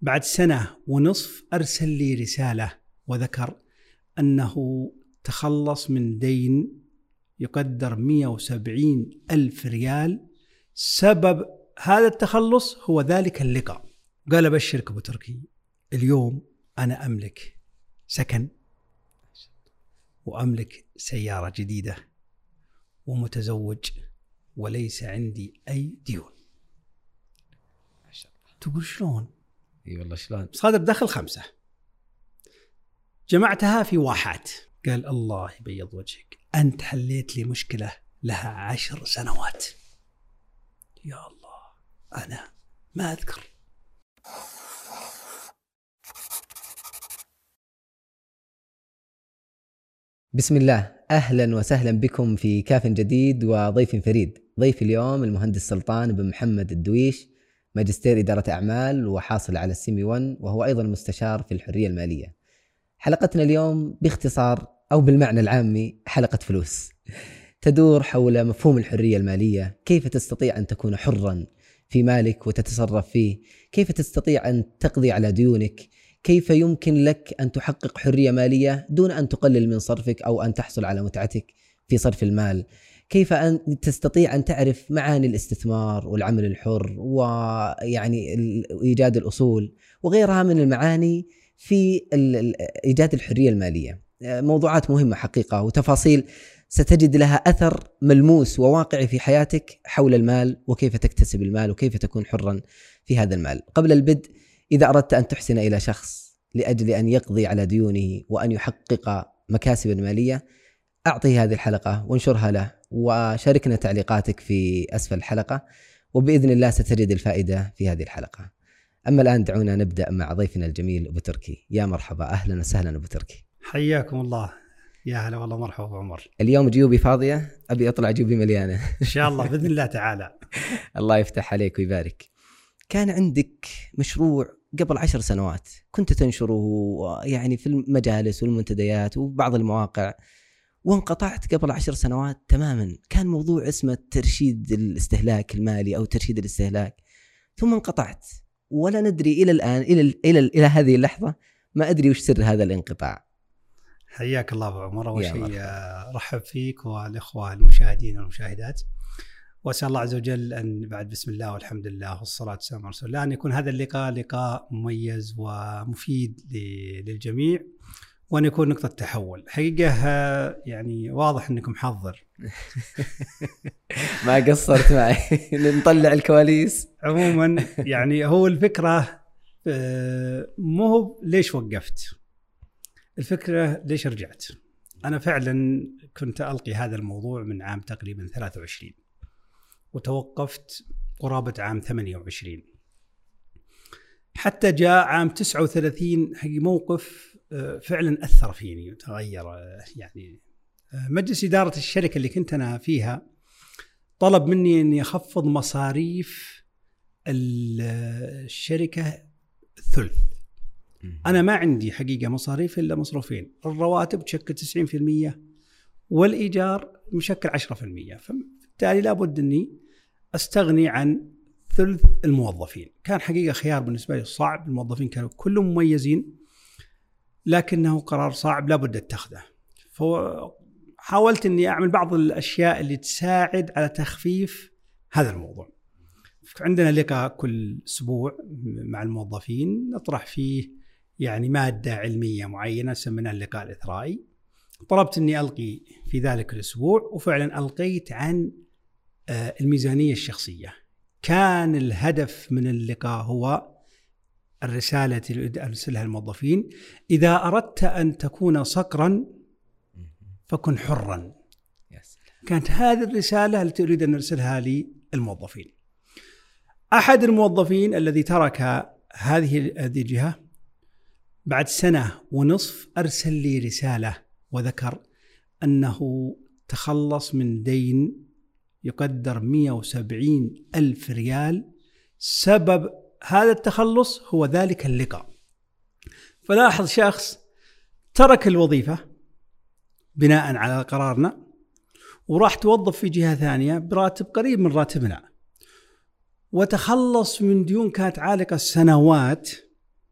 بعد 1.5 سنة أرسل لي رسالة وذكر أنه تخلص من دين يقدر 170,000 ريال. سبب هذا التخلص هو ذلك اللقاء. قال: أبشرك أبو تركي، اليوم أنا أملك سكن وأملك سيارة جديدة ومتزوج وليس عندي أي ديون. تقول شلون؟ اي والله شلون؟ صادر دخل 5، جمعتها في واحات. قال: الله يبيض وجهك، أنت حليت لي مشكلة لها 10 سنوات. يا الله، أنا ما أذكر. بسم الله، أهلا وسهلا بكم في كاف جديد وضيف فريد. ضيف اليوم المهندس سلطان بن محمد الدويش، ماجستير إدارة أعمال وحاصل على السيمي 1، وهو أيضا مستشار في الحرية المالية. حلقتنا اليوم باختصار أو بالمعنى العامي حلقة فلوس، تدور حول مفهوم الحرية المالية. كيف تستطيع أن تكون حرا في مالك وتتصرف فيه؟ كيف تستطيع أن تقضي على ديونك؟ كيف يمكن لك أن تحقق حرية مالية دون أن تقلل من صرفك أو أن تحصل على متعتك في صرف المال؟ كيف أن تستطيع أن تعرف معاني الاستثمار والعمل الحر ويعني إيجاد الأصول وغيرها من المعاني في إيجاد الحرية المالية؟ موضوعات مهمة حقيقة وتفاصيل ستجد لها أثر ملموس وواقعي في حياتك حول المال، وكيف تكتسب المال وكيف تكون حرا في هذا المال. قبل البدء، إذا أردت أن تحسن إلى شخص لأجل أن يقضي على ديونه وأن يحقق مكاسب مالية، أعطيه هذه الحلقة وانشرها له، وشاركنا تعليقاتك في أسفل الحلقة، وبإذن الله ستجد الفائدة في هذه الحلقة. أما الآن دعونا نبدأ مع ضيفنا الجميل أبو تركي. يا مرحبا، أهلا وسهلا أبو تركي. حياكم الله. يا هلا والله، مرحبا عمر. اليوم جيوبي فاضية، أبي أطلع جيوبي مليانة إن شاء الله بإذن الله تعالى. الله يفتح عليك ويبارك. كان عندك مشروع قبل 10 سنوات كنت تنشره يعني في المجالس والمنتديات وبعض المواقع، وانقطعت قبل 10 سنوات تماما. كان موضوع اسمه ترشيد الاستهلاك المالي أو ترشيد الاستهلاك، ثم انقطعت ولا ندري إلى الآن إلى هذه اللحظة ما أدري وش سر هذا الانقطاع. حياك الله أبو عمر. أول شيء رحب فيك والإخوة المشاهدين والمشاهدات، وأسأل الله عز وجل أن بعد بسم الله والحمد لله والصلاة والسلام على رسول الله أن يكون هذا اللقاء لقاء مميز ومفيد للجميع، وأن يكون نقطة تحول. حقيقة يعني واضح أنكم حاضر. ما قصرت معي نطلع الكواليس. عموما يعني هو الفكرة مو ليش وقفت، الفكرة ليش رجعت. أنا فعلا كنت ألقي هذا الموضوع من عام تقريبا 23 وتوقفت قرابة عام 28، حتى جاء عام 39 حقي موقف فعلا أثر فيني وتغير. يعني مجلس إدارة الشركة اللي كنت أنا فيها طلب مني أني أخفض مصاريف الشركة ثلث. أنا ما عندي حقيقة مصاريف إلا مصروفين، الرواتب تشكل 90% والإيجار مشكل 10%، فبالتالي لابد أني أستغني عن ثلث الموظفين. كان حقيقة خيار بالنسبة لي صعب، الموظفين كانوا كلهم مميزين لكنه قرار صعب لابد اتخذه. فحاولت أني أعمل بعض الأشياء اللي تساعد على تخفيف هذا الموضوع. عندنا لقاء كل أسبوع مع الموظفين نطرح فيه يعني مادة علمية معينة سميناها اللقاء الإثرائي. طلبت أني ألقي في ذلك الأسبوع، وفعلا ألقيت عن الميزانية الشخصية. كان الهدف من اللقاء هو الرسالة اللي أرسلها الموظفين: إذا أردت أن تكون صقرا فكن حرا. كانت هذه الرسالة التي أريد أن نرسلها للموظفين. أحد الموظفين الذي ترك هذه الجهة بعد 1.5 سنة أرسل لي رسالة وذكر أنه تخلص من دين يقدر 170,000 ريال. سبب هذا التخلص هو ذلك اللقاء. فلاحظ شخص ترك الوظيفة بناء على قرارنا وراح توظف في جهة ثانية براتب قريب من راتبنا، وتخلص من ديون كانت عالقة سنوات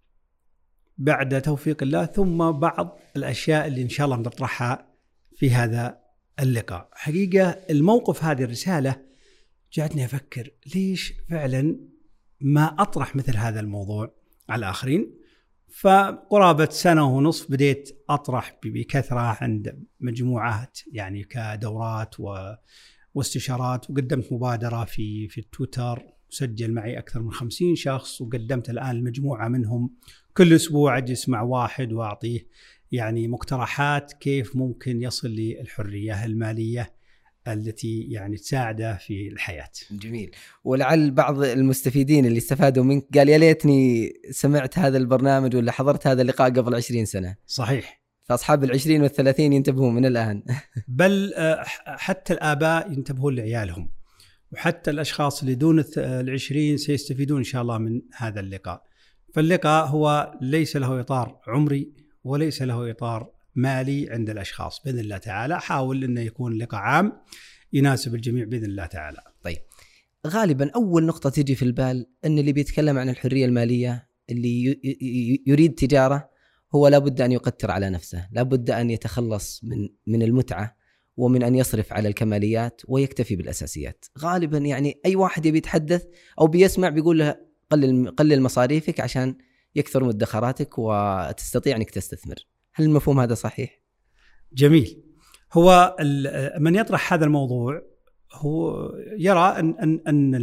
بعد توفيق الله، ثم بعض الأشياء اللي إن شاء الله نطرحها في هذا اللقاء. حقيقة الموقف هذه الرسالة جعلتني أفكر ليش فعلا ما أطرح مثل هذا الموضوع على الآخرين. فقرابة سنة ونصف بديت أطرح بكثرة عند مجموعات، يعني كدورات واستشارات، وقدمت مبادرة في التويتر، سجل معي أكثر من 50 شخص، وقدمت الآن المجموعة منهم كل أسبوع أجلس مع واحد وأعطيه يعني مقترحات كيف ممكن يصل للحرية المالية التي يعني تساعده في الحياة. جميل. ولعل بعض المستفيدين اللي استفادوا منك قال يا ليتني سمعت هذا البرنامج ولا حضرت هذا اللقاء قبل 20 سنة. صحيح. فأصحاب 20 و30 ينتبهون من الآن. بل حتى الآباء ينتبهون لعيالهم، وحتى الأشخاص اللي دون 20 سيستفيدون إن شاء الله من هذا اللقاء. فاللقاء هو ليس له إطار عمري وليس له إطار مالي عند الأشخاص بإذن الله تعالى. حاول أنه يكون لقاء عام يناسب الجميع بإذن الله تعالى. طيب، غالبا أول نقطة تجي في البال أن اللي بيتكلم عن الحرية المالية اللي يريد تجارة هو لابد أن يقتر على نفسه، لابد أن يتخلص من المتعة ومن أن يصرف على الكماليات ويكتفي بالأساسيات. غالبا يعني أي واحد يبي يتحدث أو بيسمع بيقول له قلل مصاريفك عشان يكثر مدخراتك وتستطيع أنك تستثمر. هل المفهوم هذا صحيح؟ جميل. هو من يطرح هذا الموضوع هو يرى أن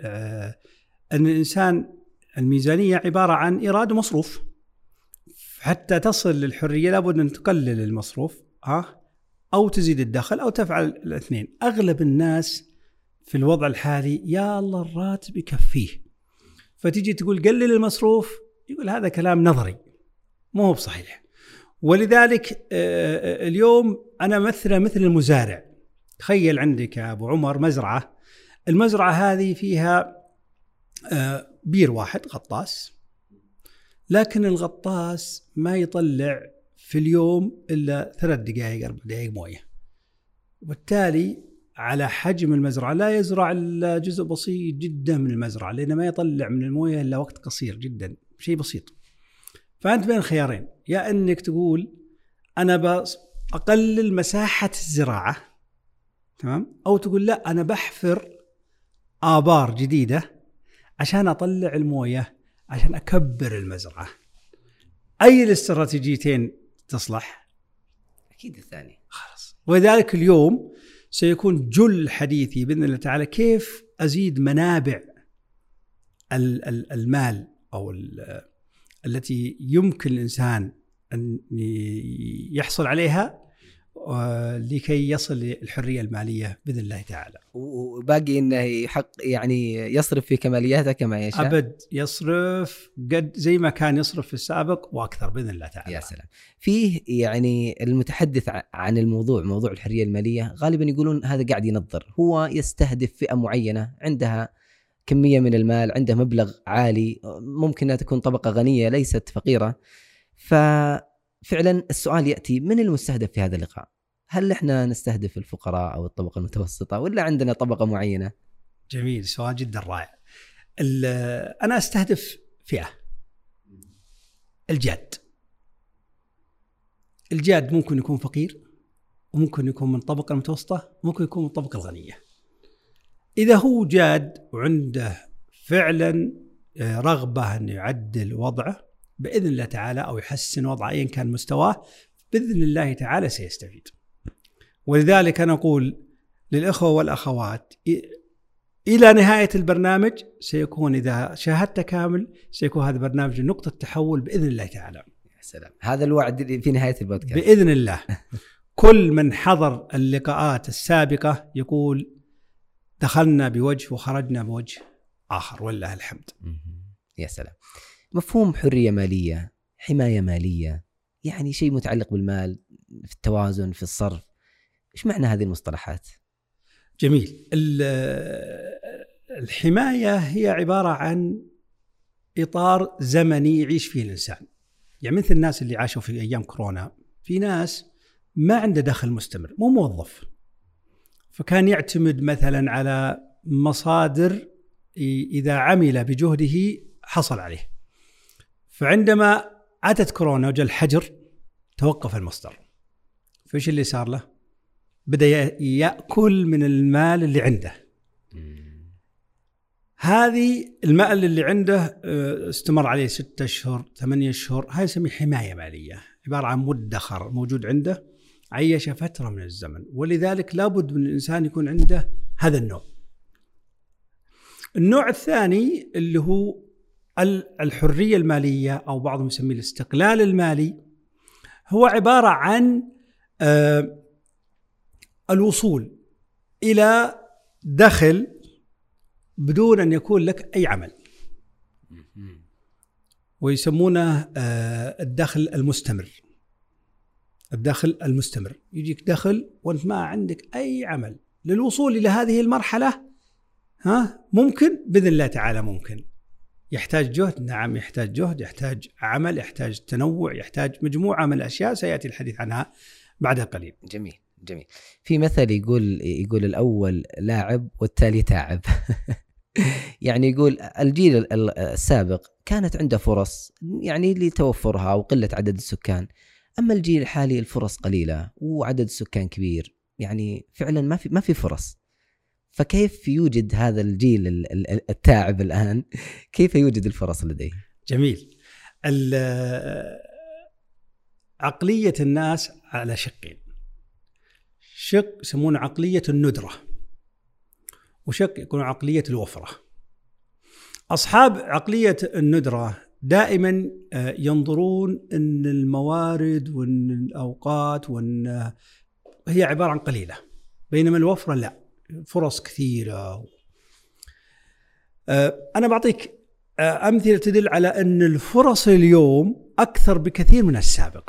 الإنسان الميزانية عبارة عن إيراد ومصروف. حتى تصل للحرية لابد أن تقلل المصروف أو تزيد الدخل أو تفعل الاثنين. أغلب الناس في الوضع الحالي يا الله الراتب يكفيه، فتيجي تقول قلل المصروف، يقول هذا كلام نظري مو بصحيح. ولذلك اليوم أنا مثل المزارع. تخيل عندك يا أبو عمر مزرعة، المزرعة هذه فيها بير واحد غطاس، لكن الغطاس ما يطلع في اليوم إلا 3 دقائق 4 دقائق موية، وبالتالي على حجم المزرعة لا يزرع إلا جزء بسيط جدا من المزرعة، لأنه ما يطلع من الموية إلا وقت قصير جدا، شيء بسيط. فأنت بين خيارين، يا أنك تقول أنا أقلل مساحة الزراعة، تمام، أو تقول لا أنا بحفر آبار جديدة عشان أطلع الموية عشان أكبر المزرعة. أي الاستراتيجيتين تصلح؟ أكيد الثاني. خلاص. ولذلك اليوم سيكون جل حديثي بإذن الله تعالى كيف أزيد منابع المال أو التي يمكن الإنسان أن يحصل عليها لكي يصل للحرية المالية بإذن الله تعالى. وباقي إنه يحق يعني يصرف في كمالياته كما يشاء. أبد يصرف قد زي ما كان يصرف في السابق وأكثر بإذن الله تعالى. يا سلام. فيه يعني المتحدث عن موضوع الحرية المالية غالبا يقولون هذا قاعد ينظر، هو يستهدف فئة معينة عندها كمية من المال، عندها مبلغ عالي، ممكن أن تكون طبقة غنية ليست فقيرة. ففعلا السؤال يأتي من المستهدف في هذا اللقاء؟ هل احنا نستهدف الفقراء أو الطبقة المتوسطة ولا عندنا طبقة معينة؟ جميل، سؤال جدا رائع. أنا أستهدف فئة الجاد ممكن يكون فقير، وممكن يكون من الطبقة المتوسطة، وممكن يكون من الطبقة الغنية. إذا هو جاد وعنده فعلا رغبة أن يعدل وضعه بإذن الله تعالى أو يحسن وضعه أيا كان مستواه، بإذن الله تعالى سيستفيد. ولذلك أنا أقول للإخوة والأخوات إلى نهاية البرنامج سيكون، إذا شاهدت كامل سيكون هذا برنامج نقطة تحول بإذن الله تعالى. يا سلام، هذا الوعد في نهاية البودكاست بإذن الله. كل من حضر اللقاءات السابقة يقول دخلنا بوجه وخرجنا بوجه آخر، والله الحمد. يا سلام. مفهوم حرية مالية، حماية مالية، يعني شيء متعلق بالمال، في التوازن، في الصرف. إيش معنى هذه المصطلحات؟ جميل. الحماية هي عبارة عن إطار زمني يعيش فيه الإنسان. يعني مثل الناس اللي عاشوا في أيام كورونا، في ناس ما عنده دخل مستمر، مو موظف، فكان يعتمد مثلا على مصادر إذا عمل بجهده حصل عليه. فعندما أتت كورونا وجاء الحجر، توقف المصدر. فإيش اللي صار له؟ بدأ يأكل من المال اللي عنده. هذه المال اللي عنده استمر عليه 6 أشهر 8 أشهر، هاي يسميه حماية مالية، عبارة عن مدخر موجود عنده عيش فترة من الزمن. ولذلك لابد من الإنسان يكون عنده هذا النوع. النوع الثاني اللي هو الحرية المالية، أو بعضهم يسميه الاستقلال المالي، هو عبارة عن الوصول إلى دخل بدون أن يكون لك أي عمل، ويسمونه الدخل المستمر. الدخل المستمر، يجيك دخل وأنت ما عندك أي عمل. للوصول إلى هذه المرحلة ممكن بإذن الله تعالى، ممكن يحتاج جهد، نعم يحتاج جهد، يحتاج عمل، يحتاج تنوع، يحتاج مجموعة من الأشياء سيأتي الحديث عنها بعد قليل. جميل. في مثل يقول الأول لاعب والتالي تاعب. يعني يقول الجيل السابق كانت عنده فرص يعني لتوفرها وقلة عدد السكان، أما الجيل الحالي الفرص قليلة وعدد السكان كبير، يعني فعلا ما في فرص. فكيف يوجد هذا الجيل التاعب الآن؟ كيف يوجد الفرص لديه؟ جميل. عقلية الناس على شقين: شق يسمونه عقلية الندرة، وشق يكون عقلية الوفرة. أصحاب عقلية الندرة دائما ينظرون أن الموارد وأن الأوقات وأن هي عبارة عن قليلة، بينما الوفرة لا، فرص كثيرة. أنا بعطيك أمثلة تدل على أن الفرص اليوم أكثر بكثير من السابق.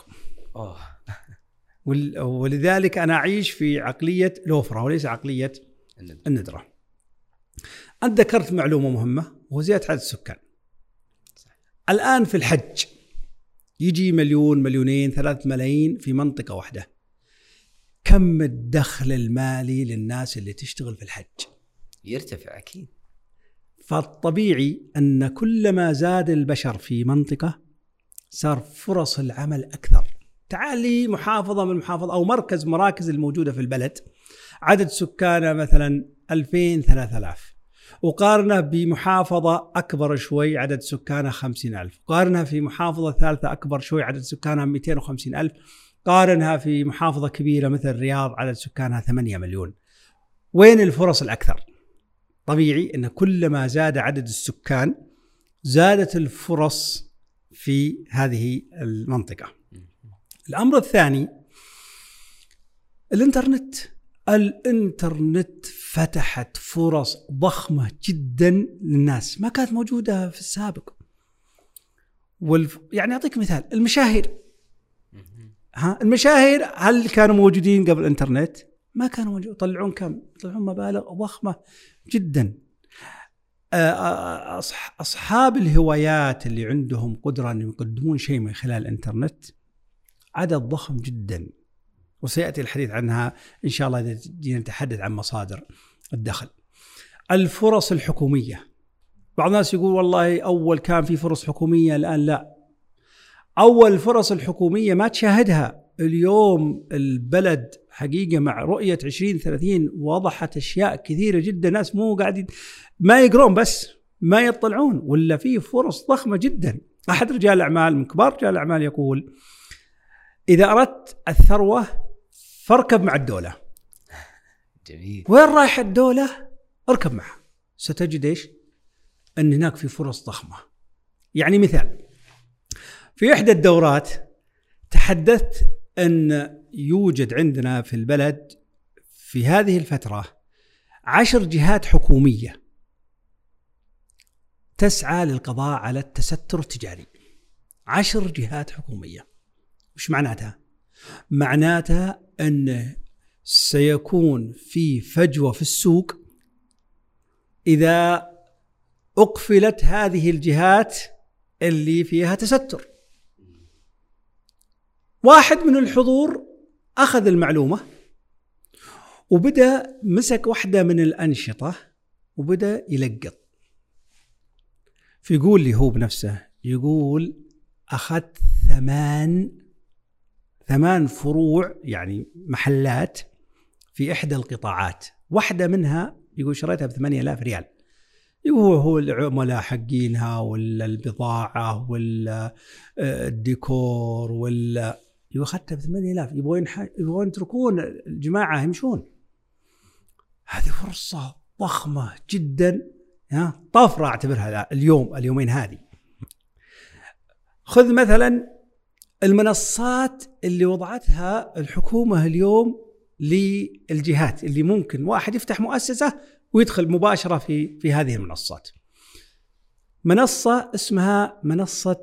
ولذلك أنا أعيش في عقلية الوفرة وليس عقلية الندرة. أنت ذكرت معلومة مهمة، وهو زيادة عدد السكان. الآن في الحج يجي 1 2 3 ملايين في منطقة واحدة. كم الدخل المالي للناس اللي تشتغل في الحج؟ يرتفع أكيد. فالطبيعي أن كلما زاد البشر في منطقة صار فرص العمل أكثر. تعالي محافظة من المحافظة أو مركز مراكز الموجودة في البلد عدد سكانه مثلا 2000 3000، وقارنه بمحافظة أكبر شوي عدد سكانه 50,000، قارنها في محافظة ثالثة أكبر شوي عدد سكانها 250,000، قارنها في محافظة كبيرة مثل الرياض عدد سكانها 8 مليون. وين الفرص الأكثر؟ طبيعي أن كلما زاد عدد السكان زادت الفرص في هذه المنطقة. الأمر الثاني الإنترنت فتحت فرص ضخمة جدا للناس ما كانت موجودة في السابق. يعني أعطيك مثال: المشاهير هل كانوا موجودين قبل الإنترنت؟ ما كانوا موجودين. يطلعون كم؟ يطلعون مبالغ ضخمة جدا. أصحاب الهوايات اللي عندهم قدرة أن يقدمون شيء من خلال الإنترنت عدد ضخم جدا، وسيأتي الحديث عنها إن شاء الله إذا جينا نتحدث عن مصادر الدخل. الفرص الحكومية، بعض الناس يقول والله أول كان في فرص حكومية الآن لا. أول فرص الحكومية ما تشاهدها اليوم. البلد حقيقة مع رؤية 2030 وضحت أشياء كثيرة جدا، ناس مو قاعدين ما يقرون بس ما يطلعون، ولا فيه فرص ضخمة جدا. أحد رجال الأعمال من كبار رجال الأعمال يقول: إذا أردت الثروة فاركب مع الدولة. جميل. وين رايح الدولة؟ اركب معها، ستجد إيش؟ أن هناك في فرص ضخمة. يعني مثال، في إحدى الدورات تحدثت أن يوجد عندنا في البلد في هذه الفترة 10 جهات حكومية تسعى للقضاء على التستر التجاري. 10 جهات حكومية. وش معناتها؟ معناتها أن سيكون في فجوة في السوق إذا أقفلت هذه الجهات اللي فيها تستر. واحد من الحضور أخذ المعلومة وبدأ مسك واحدة من الأنشطة وبدأ يلقط. فيقول لي هو بنفسه، يقول أخذت ثمان فروع، يعني محلات في إحدى القطاعات. واحدة منها يقول شريتها ب8,000 ريال. هو العملاء حقينها ولا البضاعة ولا الديكور ولا أخذتها ب8,000. يبغون يتركون الجماعة يمشون. هذه فرصة ضخمة جدا، طفرة أعتبرها اليومين هذه. خذ مثلا المنصات اللي وضعتها الحكومة اليوم للجهات، اللي ممكن واحد يفتح مؤسسة ويدخل مباشرة في هذه المنصات. منصة اسمها منصة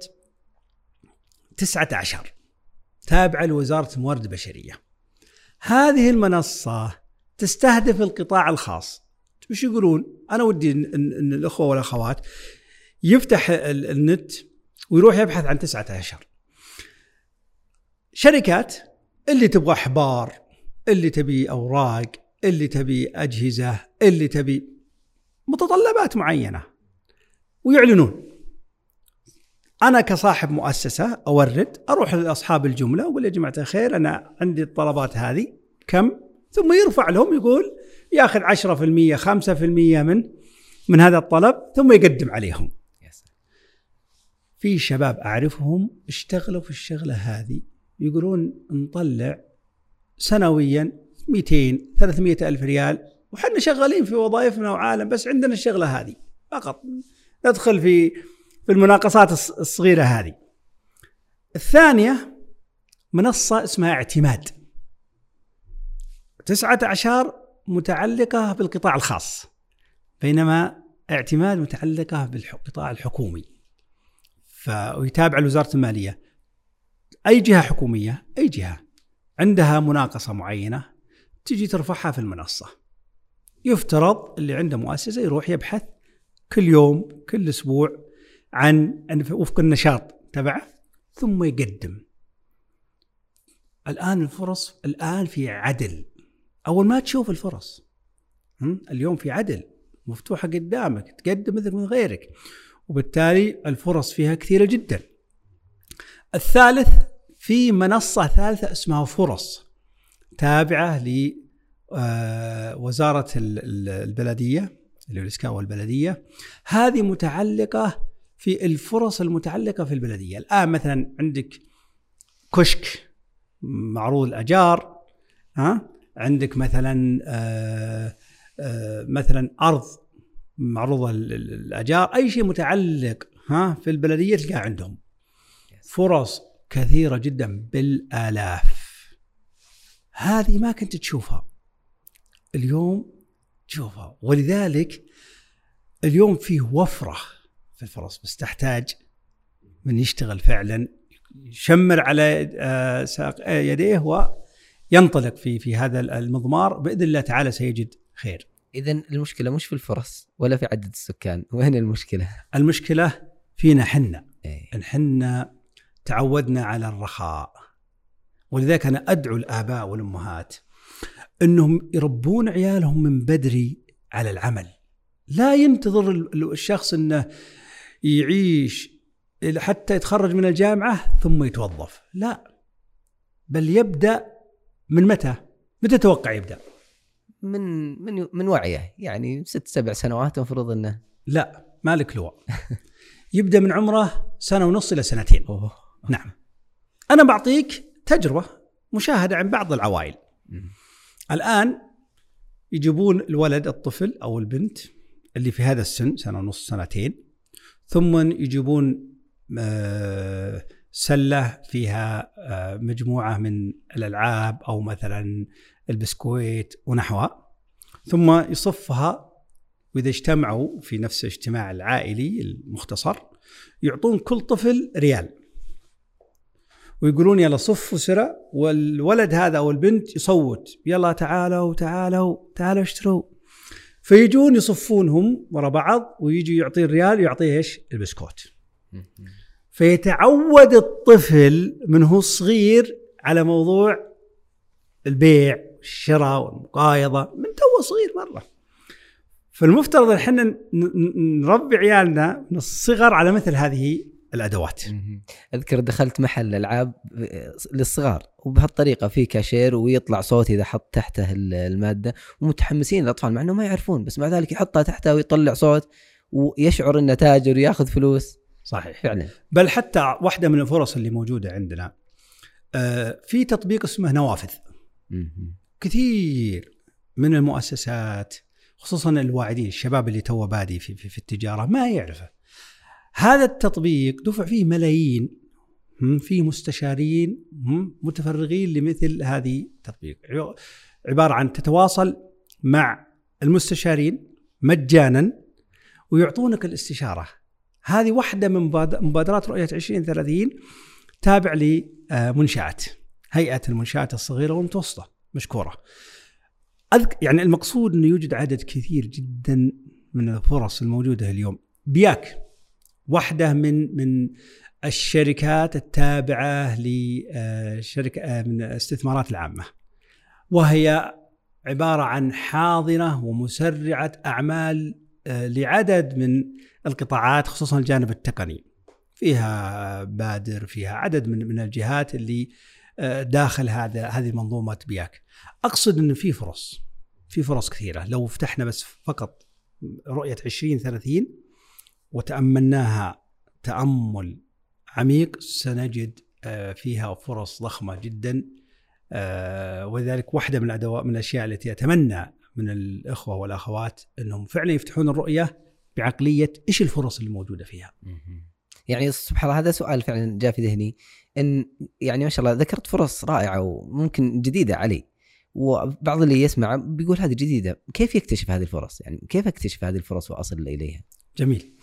19 تابعة لوزارة الموارد البشرية. هذه المنصة تستهدف القطاع الخاص. مش يقولون؟ أنا ودي إن الأخوة والأخوات يفتح النت ويروح يبحث عن 19 شركات، اللي تبغى حبار، اللي تبي أوراق، اللي تبي أجهزة، اللي تبي متطلبات معينة، ويعلنون. أنا كصاحب مؤسسة أورد، أروح لأصحاب الجملة وأقول يا جماعة الخير أنا عندي الطلبات هذه كم، ثم يرفع لهم، يقول ياخذ 10% 5% من هذا الطلب، ثم يقدم عليهم. في شباب أعرفهم اشتغلوا في الشغلة هذه، يقولون نطلع سنويا 200-300 ألف ريال، وحنا شغالين في وظائفنا وعالم، بس عندنا الشغلة هذه فقط، ندخل في المناقصات الصغيرة هذه. الثانية منصة اسمها اعتماد 19 متعلقة بالقطاع الخاص، بينما اعتماد متعلقة بالقطاع الحكومي، ويتابع لوزارة المالية. أي جهة حكومية، أي جهة عندها مناقصة معينة تجي ترفعها في المنصة. يفترض اللي عنده مؤسسة يروح يبحث كل يوم كل أسبوع عن وفق النشاط تبعه، ثم يقدم. الآن الفرص الآن في عدل. أول ما تشوف الفرص اليوم في عدل مفتوحة قدامك، تقدم مثل من غيرك، وبالتالي الفرص فيها كثيرة جدا. الثالث، في منصة ثالثة اسمها فرص، تابعة لوزارة البلدية اللي هو الإسكان والبلدية. هذه متعلقة في الفرص المتعلقة في البلدية. الآن مثلا عندك كشك معروض الأجار، عندك مثلا مثلا أرض معروض الأجار، أي شيء متعلق في البلدية تلقى عندهم فرص كثيرة جدا بالآلاف. هذه ما كنت تشوفها، اليوم تشوفها. ولذلك اليوم فيه وفرة في الفرص، بس تحتاج من يشتغل فعلا، يشمر على ساق يديه وينطلق في هذا المضمار، بإذن الله تعالى سيجد خير. إذن المشكلة مش في الفرص ولا في عدد السكان، وين المشكلة؟ المشكلة فينا حنا. حنا تعودنا على الرخاء، ولذلك أنا أدعو الآباء والأمهات أنهم يربون عيالهم من بدري على العمل. لا ينتظر الشخص أنه يعيش حتى يتخرج من الجامعة ثم يتوظف، لا، بل يبدأ من متى تتوقع يبدأ؟ من وعيه، يعني 6-7 سنوات المفروض أنه لا، مالك لواء. يبدأ من عمره 1.5 إلى 2 سنين. نعم، أنا بعطيك تجربة مشاهدة عن بعض العوائل. الآن يجيبون الولد الطفل أو البنت اللي في هذا السن 1.5 2، ثم يجيبون سلة فيها مجموعة من الألعاب أو مثلا البسكويت ونحوها، ثم يصفها، وإذا اجتمعوا في نفس الاجتماع العائلي المختصر يعطون كل طفل ريال، ويقولون يلا صفوا سرة، والولد هذا أو البنت يصوت يلا تعالوا اشتروا، فيجون يصفونهم وراء بعض، ويجي يعطي الريال يعطيه إيش؟ البسكوت. فيتعود الطفل من هو صغير على موضوع البيع والشراء والمقايضة من تو صغير مرة. فالمفترض ان احنا نربي عيالنا من الصغر على مثل هذه الأدوات. أذكر دخلت محل ألعاب للصغار وبهالطريقة في كاشير ويطلع صوت إذا حط تحته المادة، ومتحمسين الأطفال مع أنه ما يعرفون، بس مع ذلك يحطها تحته ويطلع صوت ويشعر أنه تاجر ويأخذ فلوس. صحيح فعلا. بل حتى واحدة من الفرص اللي موجودة عندنا في تطبيق اسمه نوافذ. كثير من المؤسسات خصوصا الواعدين الشباب اللي تو بادي في التجارة ما يعرفه. هذا التطبيق دفع فيه ملايين، في مستشارين متفرغين لمثل هذه التطبيق، عبارة عن تتواصل مع المستشارين مجانا ويعطونك الاستشارة. هذه واحدة من مبادرات رؤية 2030 تابع لمنشآت هيئة المنشآت الصغيرة والمتوسطة مشكورة. يعني المقصود أنه يوجد عدد كثير جدا من الفرص الموجودة اليوم. بياك واحدة من الشركات التابعة لشركة من الاستثمارات العامة، وهي عبارة عن حاضنة ومسرعة أعمال لعدد من القطاعات خصوصا الجانب التقني. فيها بادر، فيها عدد من الجهات اللي داخل هذه منظومة بياك. أقصد أنه في فرص كثيرة. لو فتحنا بس فقط رؤية 2030 وتأملناها تأمل عميق سنجد فيها فرص ضخمة جدا. ولذلك واحدة من الأشياء التي أتمنى من الإخوة والأخوات أنهم فعلا يفتحون الرؤية بعقلية إيش الفرص اللي موجودة فيها. يعني سبحان الله، هذا سؤال فعلا جاء في ذهني، إن يعني ما شاء الله ذكرت فرص رائعة وممكن جديدة علي، وبعض اللي يسمع بيقول هذه جديدة، كيف يكتشف هذه الفرص؟ يعني كيف أكتشف هذه الفرص وأصل إليها؟ جميل.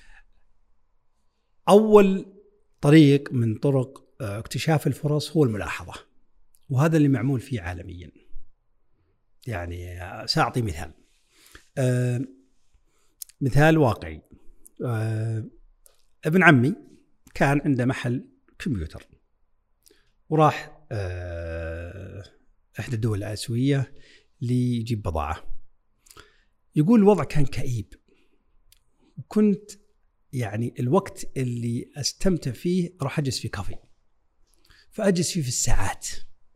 أول طريق من طرق اكتشاف الفرص هو الملاحظة، وهذا اللي معمول فيه عالميا. يعني سأعطي مثال واقعي. ابن عمي كان عنده محل كمبيوتر، وراح إحدى الدول الآسيوية ليجيب بضاعة. يقول الوضع كان كئيب، وكنت يعني الوقت اللي أستمتع فيه أروح أجلس في كافي، فأجلس فيه في الساعات.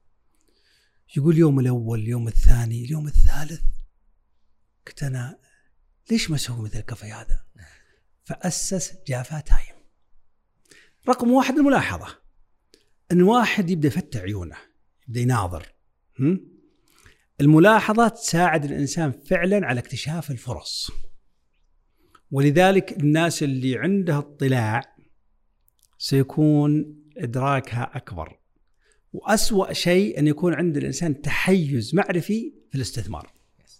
يقول يوم الأول، اليوم الثاني، اليوم الثالث، قلت أنا ليش ما أسوي مثل الكافي هذا؟ فأسس جافا تايم. رقم واحد الملاحظة، أن واحد يبدأ يفتح عيونه، يبدأ يناظر. الملاحظة تساعد الإنسان فعلا على اكتشاف الفرص، ولذلك الناس اللي عندها اطلاع سيكون إدراكها أكبر. وأسوأ شيء أن يكون عند الإنسان تحيز معرفي في الاستثمار،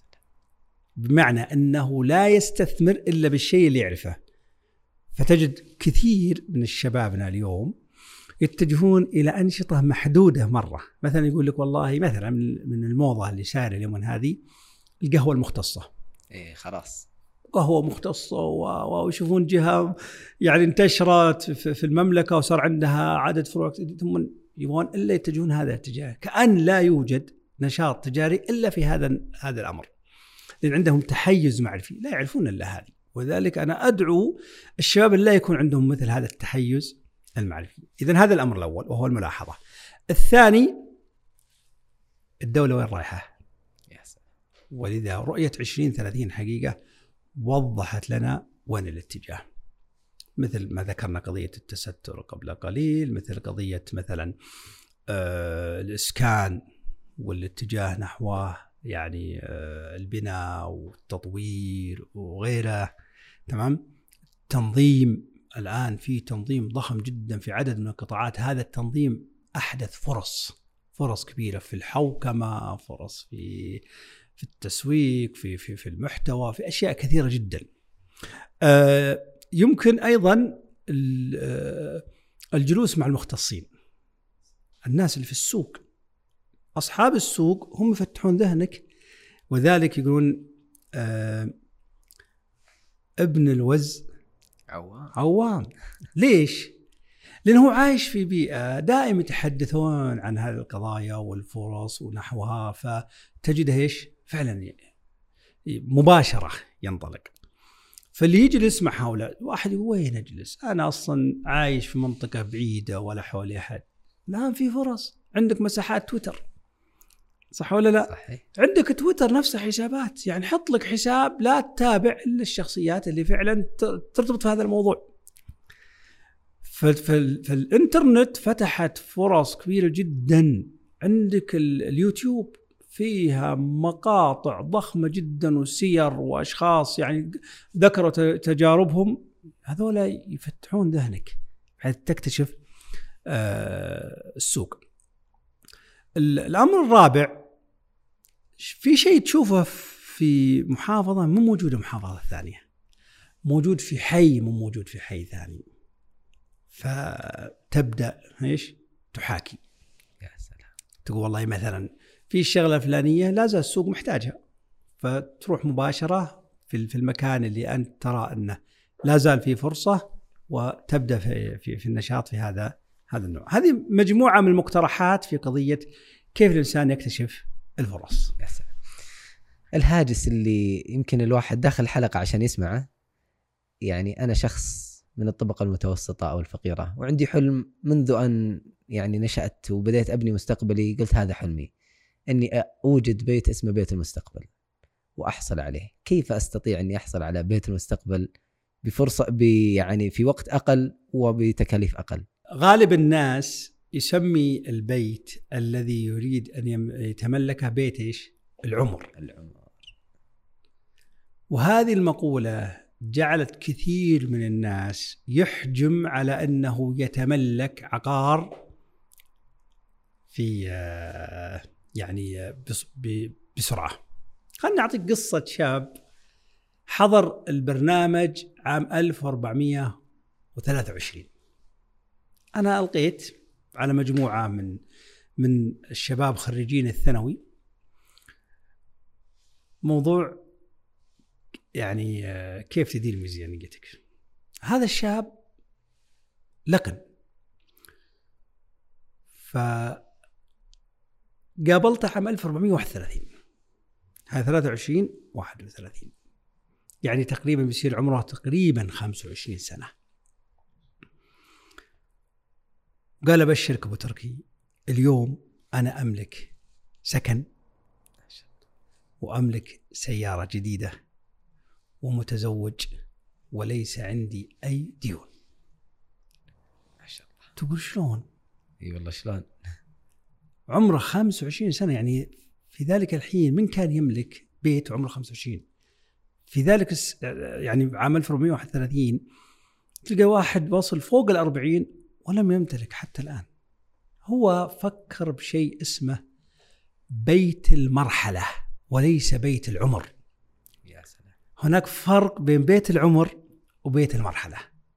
بمعنى أنه لا يستثمر إلا بالشيء اللي يعرفه. فتجد كثير من الشبابنا اليوم يتجهون إلى أنشطة محدودة مرة. مثلا يقول لك والله مثلا من الموضة اللي سارة اليوم هذه القهوة المختصة. إيه خلاص، قهوة مختصة ويشوفون جهة يعني انتشرت في المملكة وصار عندها عدد فروع، ثم يبغون إلا يتجهون هذا الاتجاه، كأن لا يوجد نشاط تجاري إلا في هذا الأمر، لأن عندهم تحيز معرفي لا يعرفون إلا هذه. وذلك أنا أدعو الشباب لا يكون عندهم مثل هذا التحيز المعرفي. إذن هذا الأمر الأول وهو الملاحظة. الثاني، الدولة وين رايحة؟ ولذا رؤية 2030 حقيقة وضحت لنا وين الاتجاه، مثل ما ذكرنا قضية التستر قبل قليل، مثل قضية مثلا الإسكان والاتجاه نحوه، يعني البناء والتطوير وغيره. تمام. تنظيم، الآن في تنظيم ضخم جدا في عدد من القطاعات. هذا التنظيم أحدث فرص كبيرة في الحوكمة، فرص في التسويق، في المحتوى، في أشياء كثيرة جدا. يمكن أيضا الجلوس مع المختصين، الناس اللي في السوق، أصحاب السوق هم يفتحون ذهنك. وذلك يقولون ابن الوز عوام. ليش؟ لأنه عايش في بيئة دائما يتحدثون عن هذه القضايا والفرص ونحوها، فتجده إيش فعلا مباشرة ينطلق. فاللي يجلس مع هؤلاء، واحد وين أجلس؟ أنا أصلا عايش في منطقة بعيدة ولا حولي أحد. الآن في فرص، عندك مساحات تويتر، صح ولا لا؟ صحيح. عندك تويتر نفسه حسابات، يعني حط لك حساب لا تتابع إلا الشخصيات اللي فعلا ترتبط في هذا الموضوع. فالإنترنت فتحت فرص كبيرة جدا. عندك اليوتيوب فيها مقاطع ضخمة جدا وسير وأشخاص يعني ذكروا تجاربهم، هذولا يفتحون ذهنك بحيث تكتشف السوق. الأمر الرابع، في شيء تشوفه في محافظة مو موجود في محافظة ثانية، موجود في حي مو موجود في حي ثاني، فتبدأ ايش تحاكي. يا سلام. تقول والله مثلا في الشغلة الفلانية لا زال السوق محتاجها، فتروح مباشرة في المكان اللي أنت ترى أنه لا زال فيه فرصة، وتبدأ في النشاط في هذا النوع. هذه مجموعة من المقترحات في قضية كيف الإنسان يكتشف الفرص. يا سلام. الهاجس اللي يمكن الواحد داخل الحلقة عشان يسمعه، يعني أنا شخص من الطبقة المتوسطة أو الفقيرة، وعندي حلم منذ أن يعني نشأت وبدأت أبني مستقبلي. قلت هذا حلمي، أني أوجد بيت اسمه بيت المستقبل وأحصل عليه. كيف أستطيع أني أحصل على بيت المستقبل بفرصة يعني في وقت أقل وبتكاليف أقل؟ غالب الناس يسمي البيت الذي يريد أن يتملكه بيت إيش؟ العمر. وهذه المقولة جعلت كثير من الناس يحجم على أنه يتملك عقار في يعني بسرعة. خلنا نعطيك قصة شاب حضر البرنامج عام 1423. أنا ألقيت على مجموعة من الشباب خريجين الثانوي موضوع يعني كيف تدير ميزانيتك. هذا الشاب لقن، فقابلته عام 1431، هذا 23 31، يعني تقريبا بيصير عمره تقريبا 25 سنة. قال أبشرك أبو تركي، اليوم أنا أملك سكن وأملك سيارة جديدة ومتزوج وليس عندي أي ديون. ما شاء الله. تقول شلون؟ اي والله شلون. عمره 25 سنة، يعني في ذلك الحين من كان يملك بيت عمره 25 في ذلك يعني عام 1431 تلقى واحد وصل فوق 40 ولم يمتلك حتى الآن. هو فكر بشيء اسمه بيت المرحلة وليس بيت العمر. يا سلام. هناك فرق بين بيت العمر وبيت المرحلة.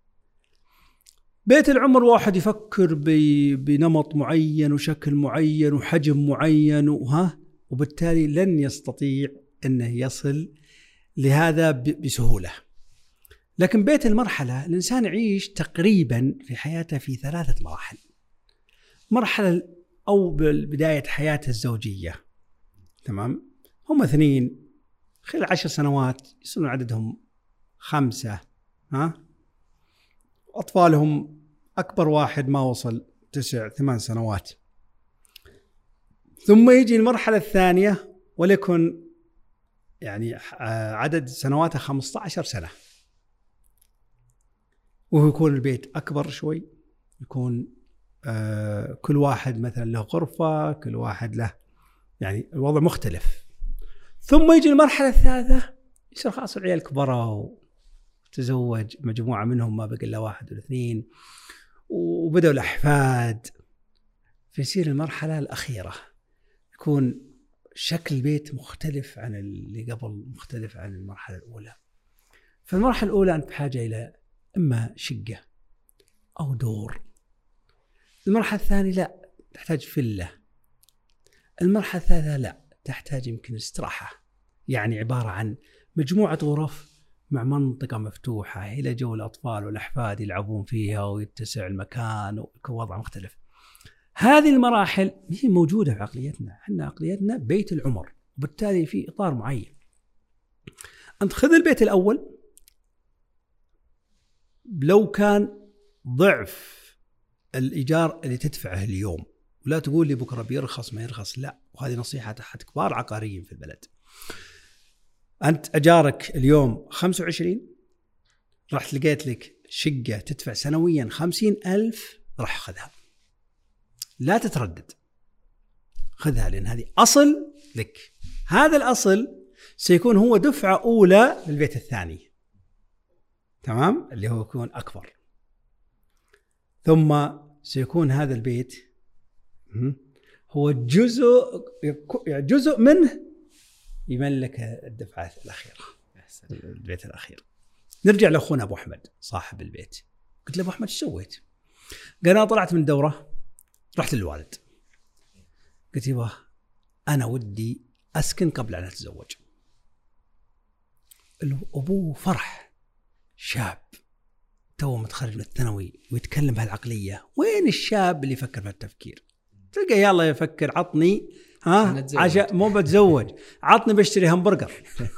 بيت العمر واحد يفكر بنمط معين وشكل معين وحجم معين وبالتالي لن يستطيع أنه يصل لهذا بسهولة. لكن بيت المرحلة الإنسان يعيش تقريبا في حياته في 3 مراحل. مرحلة أو بداية حياته الزوجية، تمام، هم 2، خلال 10 سنوات يصيرون عددهم 5، أطفالهم أكبر واحد ما وصل 9-8 سنوات. ثم يجي المرحلة الثانية وليكن يعني عدد سنواته 15 سنة، وهو يكون البيت أكبر شوي، يكون كل واحد مثلا له غرفة، كل واحد له يعني الوضع مختلف. ثم يجي المرحلة الثالثة يصير خلاص العيال كبروا وتزوج مجموعة منهم ما بقى إلا 1 ولا 2 وبدأوا الأحفاد، فيصير المرحلة الأخيرة يكون شكل البيت مختلف عن اللي قبل، مختلف عن المرحلة الأولى. فالمرحلة الأولى أنت بحاجة إلى إما شقة أو دور. المرحلة الثانية لا تحتاج فلة. المرحلة الثالثة لا تحتاج يمكن استراحة، يعني عبارة عن مجموعة غرف مع منطقة مفتوحة إلى جو الأطفال والأحفاد يلعبون فيها ويتسع المكان ويكون وضع مختلف. هذه المراحل هي موجودة في عقليتنا، احنا عقليتنا بيت العمر، وبالتالي في إطار معين. أنت خذ البيت الأول لو كان ضعف الإيجار اللي تدفعه اليوم، ولا تقول لي بكرة بيرخص ما يرخص، لا، وهذه نصيحة أحد كبار عقاريين في البلد. أنت أجارك اليوم 25، رحت لقيت لك شقة تدفع سنويا 50,000، راح خذها، لا تتردد، خذها، لأن هذه أصل لك. هذا الأصل سيكون هو دفعة أولى للبيت الثاني، تمام، اللي هو يكون أكبر، ثم سيكون هذا البيت هو جزء منه يملك الدفعة الأخيرة، البيت الأخير. نرجع لأخونا أبو أحمد صاحب البيت. قلت له أبو أحمد ايش سويت؟ قال أنا طلعت من دورة، رحت للوالد، قلت يبا أنا ودي أسكن قبل أن أتزوج. قال له أبوه فرح، شاب تو متخرج من الثانوي ويتكلم بهالعقلية. وين الشاب اللي يفكر بهالتفكير؟ تلقى يلا يفكر عطني عشاء، مو بتزوج، عطني بشتري همبرجر.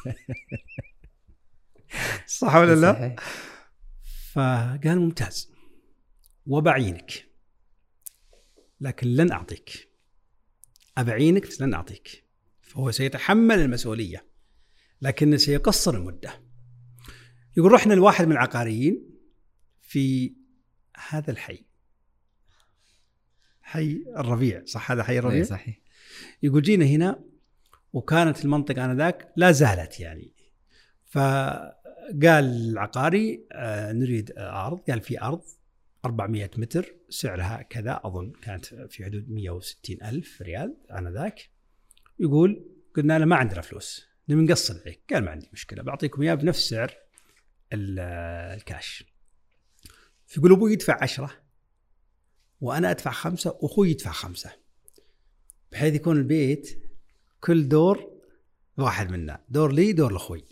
صح ولا لا؟ فقال ممتاز، وبعينك لكن لن أعطيك، أبعينك لن أعطيك. فهو سيتحمل المسؤولية لكن سيقصر المدة. يقول رحنا لواحد من العقاريين في هذا الحي، حي الربيع، صح هذا حي الربيع؟ صحيح. يقول جينا هنا وكانت المنطقة آنذاك لا زالت يعني، فقال العقاري نريد عرض. قال في أرض 400 متر سعرها كذا، أظن كانت في حدود 160,000 ريال آنذاك. يقول قلنا له ما عندنا فلوس، نبي نقصر عليك. قال ما عندي مشكلة، بعطيكم إياه بنفس سعر الكاش. فيقول أبوي يدفع 10 وأنا أدفع 5 وأخوي يدفع 5، بحيث يكون البيت كل دور واحد منا، دور لي دور لأخوي.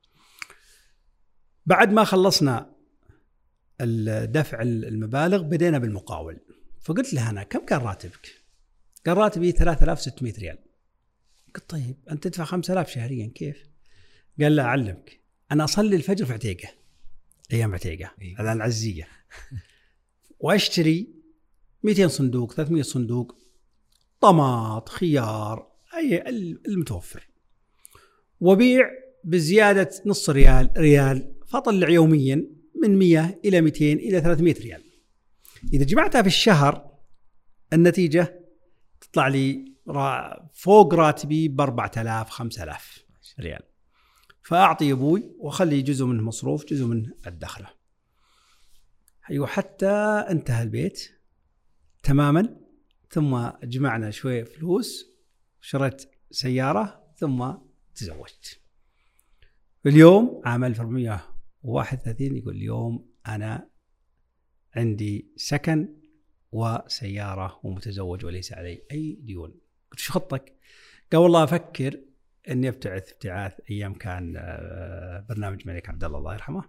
بعد ما خلصنا الدفع المبالغ بدينا بالمقاول. فقلت له أنا كم كان راتبك؟ قال راتبي 3600 ريال. قلت طيب أنت تدفع 5000 شهريا كيف؟ قال لا أعلمك، أنا أصلي الفجر في عتيقة، أيام عتيقة هذا العزية، وأشتري 200 صندوق 300 صندوق طماط خيار أي المتوفر، وبيع بزيادة نص ريال، فأطلع يوميا من 100 إلى 200 إلى 300 ريال. إذا جمعتها في الشهر النتيجة تطلع لي فوق راتبي ب4000 5000 ريال. فأعطي أبوي وأخلي جزء منه مصروف، جزء منه الدخله. أيوة، حتى انتهى البيت تماما، ثم جمعنا شوية فلوس، شريت سيارة، ثم تزوجت. اليوم عام 1431 يقول اليوم أنا عندي سكن وسيارة ومتزوج وليس علي أي ديون. قلت شو خطك؟ قال والله أفكر أني ابتعاث أيام كان برنامج ملك عبد الله يرحمه،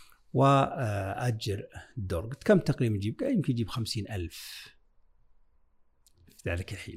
وأجر الدور. قلت كم تقريبا يجيب؟ قال يمكن يجيب 50,000 في ذلك الحين.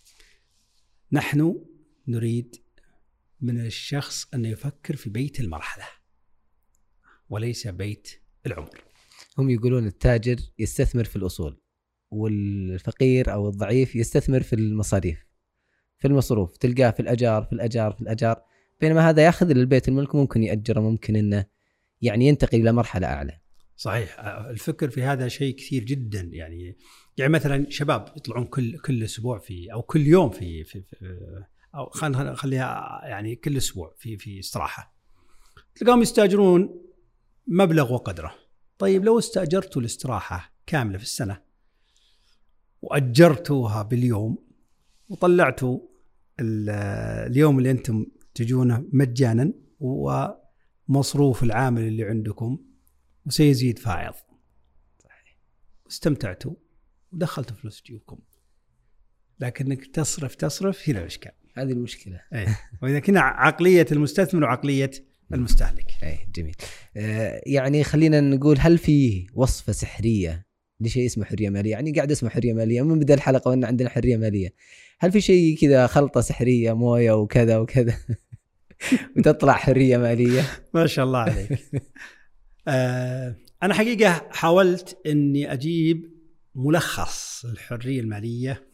نحن نريد من الشخص أن يفكر في بيت المرحلة وليس بيت العمر. هم يقولون التاجر يستثمر في الأصول، والفقير أو الضعيف يستثمر في المصاريف، في المصروف، تلقاه في الأجار، بينما هذا يأخذ للبيت الملك، ممكن يأجره، ممكن إنه يعني ينتقل إلى مرحلة أعلى. صحيح، الفكر في هذا شيء كثير جدا. يعني مثلا شباب يطلعون كل أسبوع أو كل يوم في أو خليها يعني كل أسبوع في استراحة، تلقاهم يستأجرون مبلغ وقدره. طيب لو استأجرتوا الاستراحة كاملة في السنة وأجرتوها باليوم وطلعتوا اليوم اللي أنتم تجونه مجانا ومصروف العامل اللي عندكم وسيزيد فائض، استمتعتوا ودخلتوا فلوس جيوبكم. لكنك تصرف هنا الإشكال، هذه المشكلة. وإذا كنا عقلية المستثمر وعقلية المستهلك. جميل. يعني خلينا نقول، هل في وصفة سحرية لشيء اسمه حرية مالية؟ يعني قاعد اسمه حرية مالية من بداية الحلقة وأن عندنا حرية مالية. هل في شيء كذا خلطة سحرية موية وكذا وكذا وتطلع حرية مالية؟ ما شاء الله عليك. أنا حقيقة حاولت أني أجيب ملخص الحرية المالية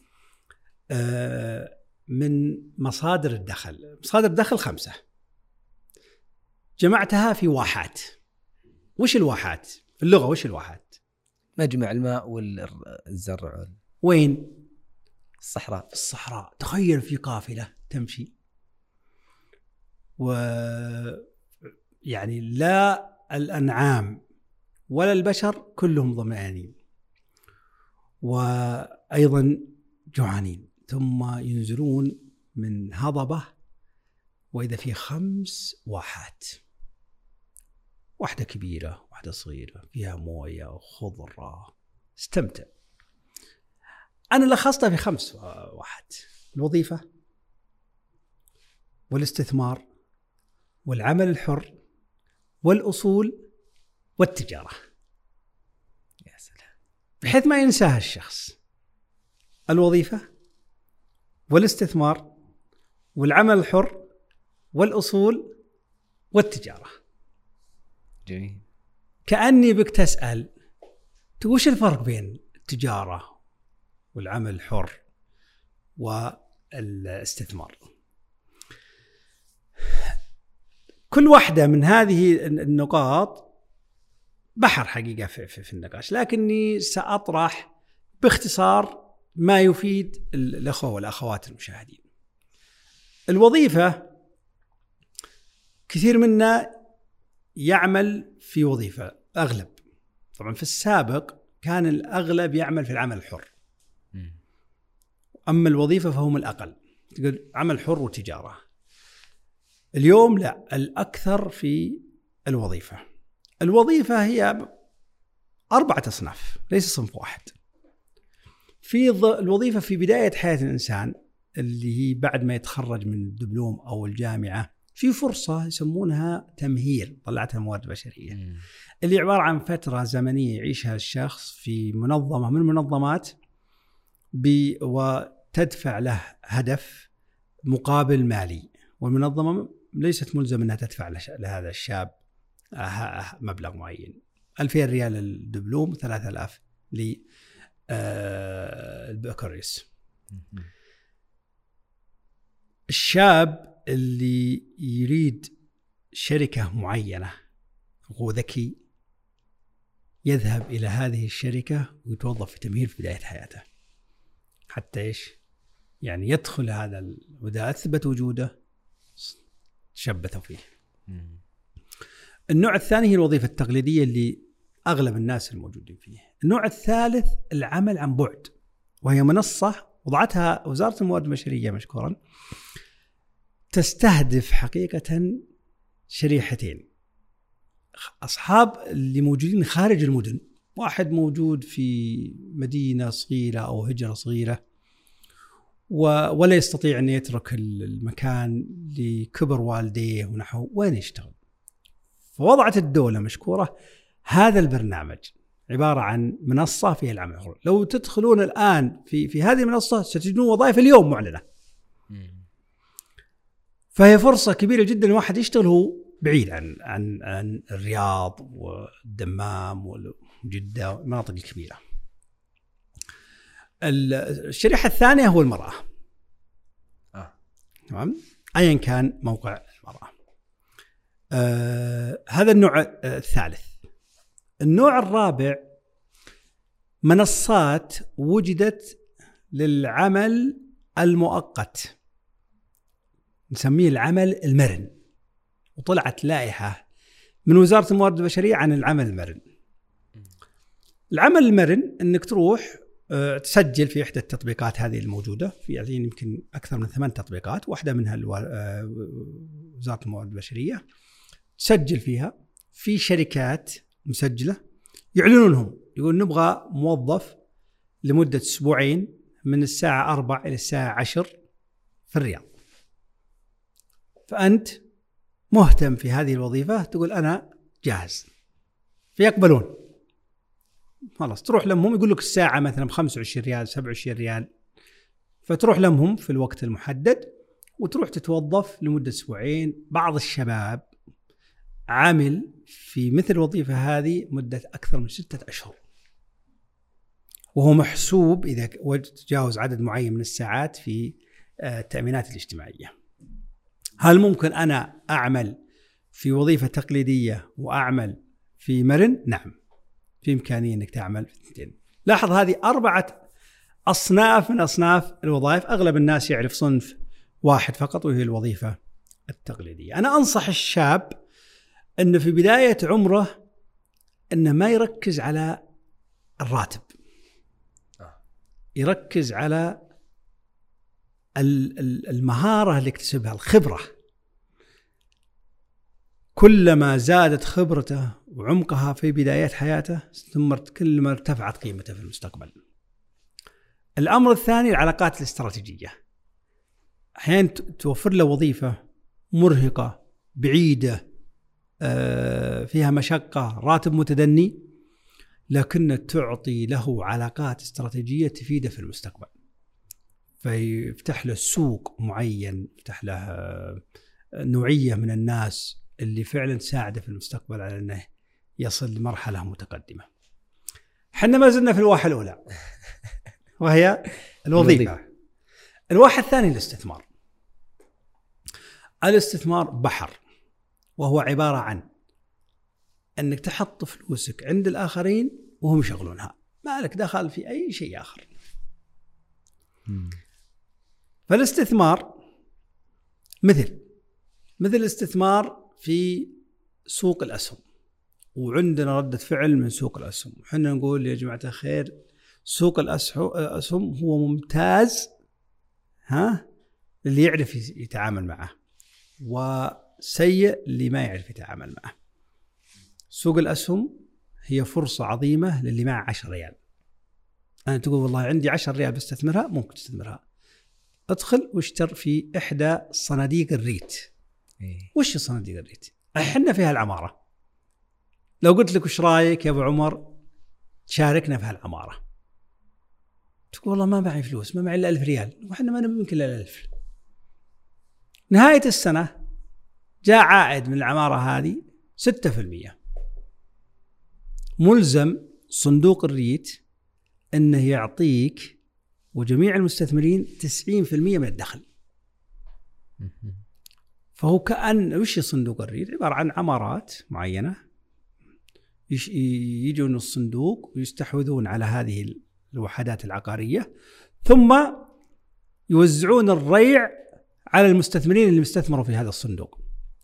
من مصادر الدخل. مصادر الدخل 5 جمعتها في واحات. وش الواحات؟ في اللغة وش الواحات؟ مجمع الماء والزرع. وين؟ الصحراء. في الصحراء. تخيل في قافلة تمشي يعني لا الأنعام ولا البشر كلهم ظمآنين وأيضا جوعانين، ثم ينزلون من هضبة وإذا في 5 واحات، واحدة كبيرة واحدة صغيرة فيها موية وخضرة، استمتع. أنا لخصتها في 5 واحات: الوظيفة والاستثمار والعمل الحر والأصول والتجارة. يا سلام. بحيث ما ينساها الشخص: الوظيفة والاستثمار والعمل الحر والأصول والتجارة. جميل. كأني بك تسأل وش الفرق بين التجارة والعمل الحر والاستثمار؟ كل واحدة من هذه النقاط بحر حقيقة في النقاش، لكني سأطرح باختصار ما يفيد الأخوة والأخوات المشاهدين. الوظيفة كثير منا يعمل في وظيفة، أغلب طبعا في السابق كان الأغلب يعمل في العمل الحر، أما الوظيفة فهم الأقل، تقول عمل حر وتجارة. اليوم لا، الأكثر في الوظيفة. الوظيفة هي 4 أصناف، ليس صنف واحد. في الوظيفة في بداية حياة الإنسان اللي هي بعد ما يتخرج من الدبلوم أو الجامعة، في فرصة يسمونها تمهير، طلعتها الموارد البشرية، اللي عبارة عن فترة زمنية يعيشها الشخص في منظمة من المنظمات وتدفع له هدف مقابل مالي، والمنظمة ليست ملزمة أنها تدفع لهذا الشاب مبلغ معين. 2000 ريال الدبلوم، 3000 للبكالوريوس. الشاب اللي يريد شركة معينة وهو ذكي يذهب إلى هذه الشركة ويتوظف في تمهير في بداية حياته، حتى إيش يعني يدخل هذا وإذا أثبت وجوده شبثوا فيه. النوع الثاني هي الوظيفة التقليدية اللي أغلب الناس الموجودين فيه. النوع الثالث العمل عن بعد، وهي منصة وضعتها وزارة الموارد البشرية مشكورا، تستهدف حقيقة شريحتين: أصحاب اللي موجودين خارج المدن، واحد موجود في مدينة صغيرة أو هجرة صغيرة ولا يستطيع أن يترك المكان لكبر والديه ونحو وين يشتغل. فوضعت الدولة مشكورة هذا البرنامج، عبارة عن منصة فيها العمل الحر. لو تدخلون الآن في هذه المنصة ستجدون وظائف اليوم معلنة، فهي فرصة كبيرة جدا الواحد يشتغل هو بعيد عن الرياض والدمام وجدة والمناطق الكبيرة. الشريحة الثانية هو المرأة، تمام، أيا كان موقع المرأة. هذا النوع الثالث. النوع الرابع منصات وجدت للعمل المؤقت، نسميه العمل المرن، وطلعت لائحة من وزارة الموارد البشرية عن العمل المرن. العمل المرن أنك تروح تسجل في إحدى التطبيقات هذه الموجودة، في يعني يمكن أكثر من 8 تطبيقات، واحدة منها وزارة الموارد البشرية، تسجل فيها في شركات مسجلة يعلنونهم، يقول نبغى موظف لمدة 2 أسبوع من الساعة 4 إلى الساعة 10 في الرياض، فأنت مهتم في هذه الوظيفة، تقول أنا جاهز، فيقبلون. خلاص تروح لهم، يقول لك الساعة مثلا ب25 ريال 27 ريال، فتروح لهم في الوقت المحدد وتروح تتوظف لمدة 2 أسبوع. بعض الشباب عامل في مثل الوظيفة هذه مدة أكثر من 6 أشهر، وهو محسوب إذا تجاوز عدد معين من الساعات في التأمينات الاجتماعية. هل ممكن أنا أعمل في وظيفة تقليدية وأعمل في مرن؟ نعم، في إمكانية أنك تعمل في الاثنين. لاحظ هذه 4 أصناف من أصناف الوظائف، أغلب الناس يعرف صنف واحد فقط وهي الوظيفة التقليدية. أنا أنصح الشاب أنه في بداية عمره أنه ما يركز على الراتب، يركز على المهارة اللي اكتسبها، الخبرة. كلما زادت خبرته وعمقها في بدايات حياته ثم كلما ارتفعت قيمته في المستقبل. الأمر الثاني العلاقات الاستراتيجية. أحيانا توفر له وظيفة مرهقة بعيدة فيها مشقة راتب متدني، لكن تعطي له علاقات استراتيجية تفيده في المستقبل، فيفتح له سوق معين، يفتح له نوعية من الناس اللي فعلا تساعده في المستقبل على أنه يصل لمرحلة متقدمة. حنا ما زلنا في الواحة الأولى وهي الوظيفة. الواحة الثانية الاستثمار. الاستثمار بحر، وهو عبارة عن أنك تحط فلوسك عند الآخرين وهم يشغلونها، ما لك دخل في أي شيء آخر. فالاستثمار مثل الاستثمار في سوق الأسهم، وعندنا ردة فعل من سوق الأسهم، وحنا نقول يا جماعة الخير سوق الأسهم هو ممتاز اللي يعرف يتعامل معه، وسيء اللي ما يعرف يتعامل معه. سوق الأسهم هي فرصة عظيمة للي معه 10 ريال. أنا تقول والله عندي 10 ريال بستثمرها، ممكن تستثمرها. ادخل واشتر في إحدى صناديق الريت. وش صناديق الريت؟ احنا فيها العمارة. لو قلت لك وش رايك يا أبو عمر تشاركنا في هالعمارة، تقول والله ما معي فلوس، ما معي إلا 1000 ريال، وإحنا ما نملك إلا 1000. نهاية السنة جاء عائد من العمارة هذه 6%. ملزم صندوق الريت أنه يعطيك وجميع المستثمرين 90% من الدخل. فهو كأن وش صندوق الريت؟ عبارة عن عمارات معينة يجون الصندوق ويستحوذون على هذه الوحدات العقارية، ثم يوزعون الريع على المستثمرين اللي استثمروا في هذا الصندوق.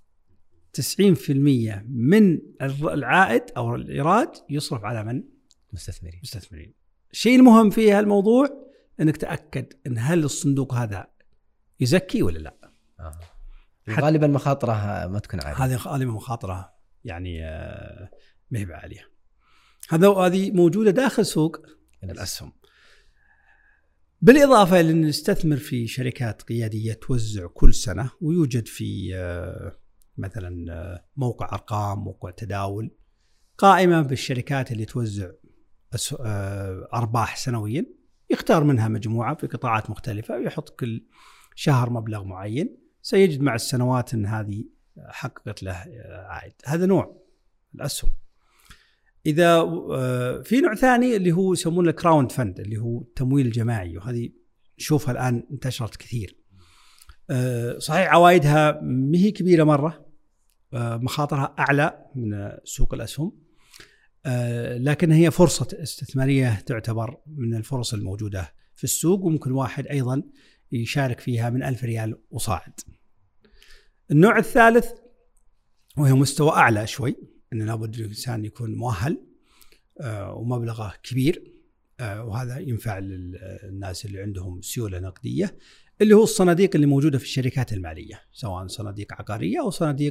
90% من العائد أو الإيراد يصرف على من؟ مستثمرين. الشيء المهم في الموضوع أنك تأكد أن هل الصندوق هذا يزكي ولا لا. غالبا مخاطره ما تكون عالية. هذه غالبا مخاطرة يعني ما هي عالية. هذه موجودة داخل سوق الأسهم. بالإضافة إلى أن نستثمر في شركات قيادية توزع كل سنة، ويوجد في مثلا موقع أرقام، موقع تداول، قائمة بالشركات اللي توزع أرباح سنويا، يختار منها مجموعة في قطاعات مختلفة ويحط كل شهر مبلغ معين، سيجد مع السنوات أن هذه حققت له عائد. هذا نوع الأسهم. إذا في نوع ثاني اللي هو يسمونه الكراوند فند، اللي هو التمويل الجماعي، وهذه نشوفها الآن انتشرت كثير. صحيح عوائدها ما هي كبيرة مرة، مخاطرها أعلى من سوق الأسهم، لكن هي فرصة استثمارية تعتبر من الفرص الموجودة في السوق، وممكن واحد أيضا يشارك فيها من 1000 ريال وصاعد. النوع الثالث وهي مستوى أعلى شوي، أن لابد الإنسان يكون مؤهل ومبلغه كبير، وهذا ينفع للناس اللي عندهم سيولة نقدية، اللي هو الصناديق اللي موجودة في الشركات المالية، سواء صناديق عقارية أو صناديق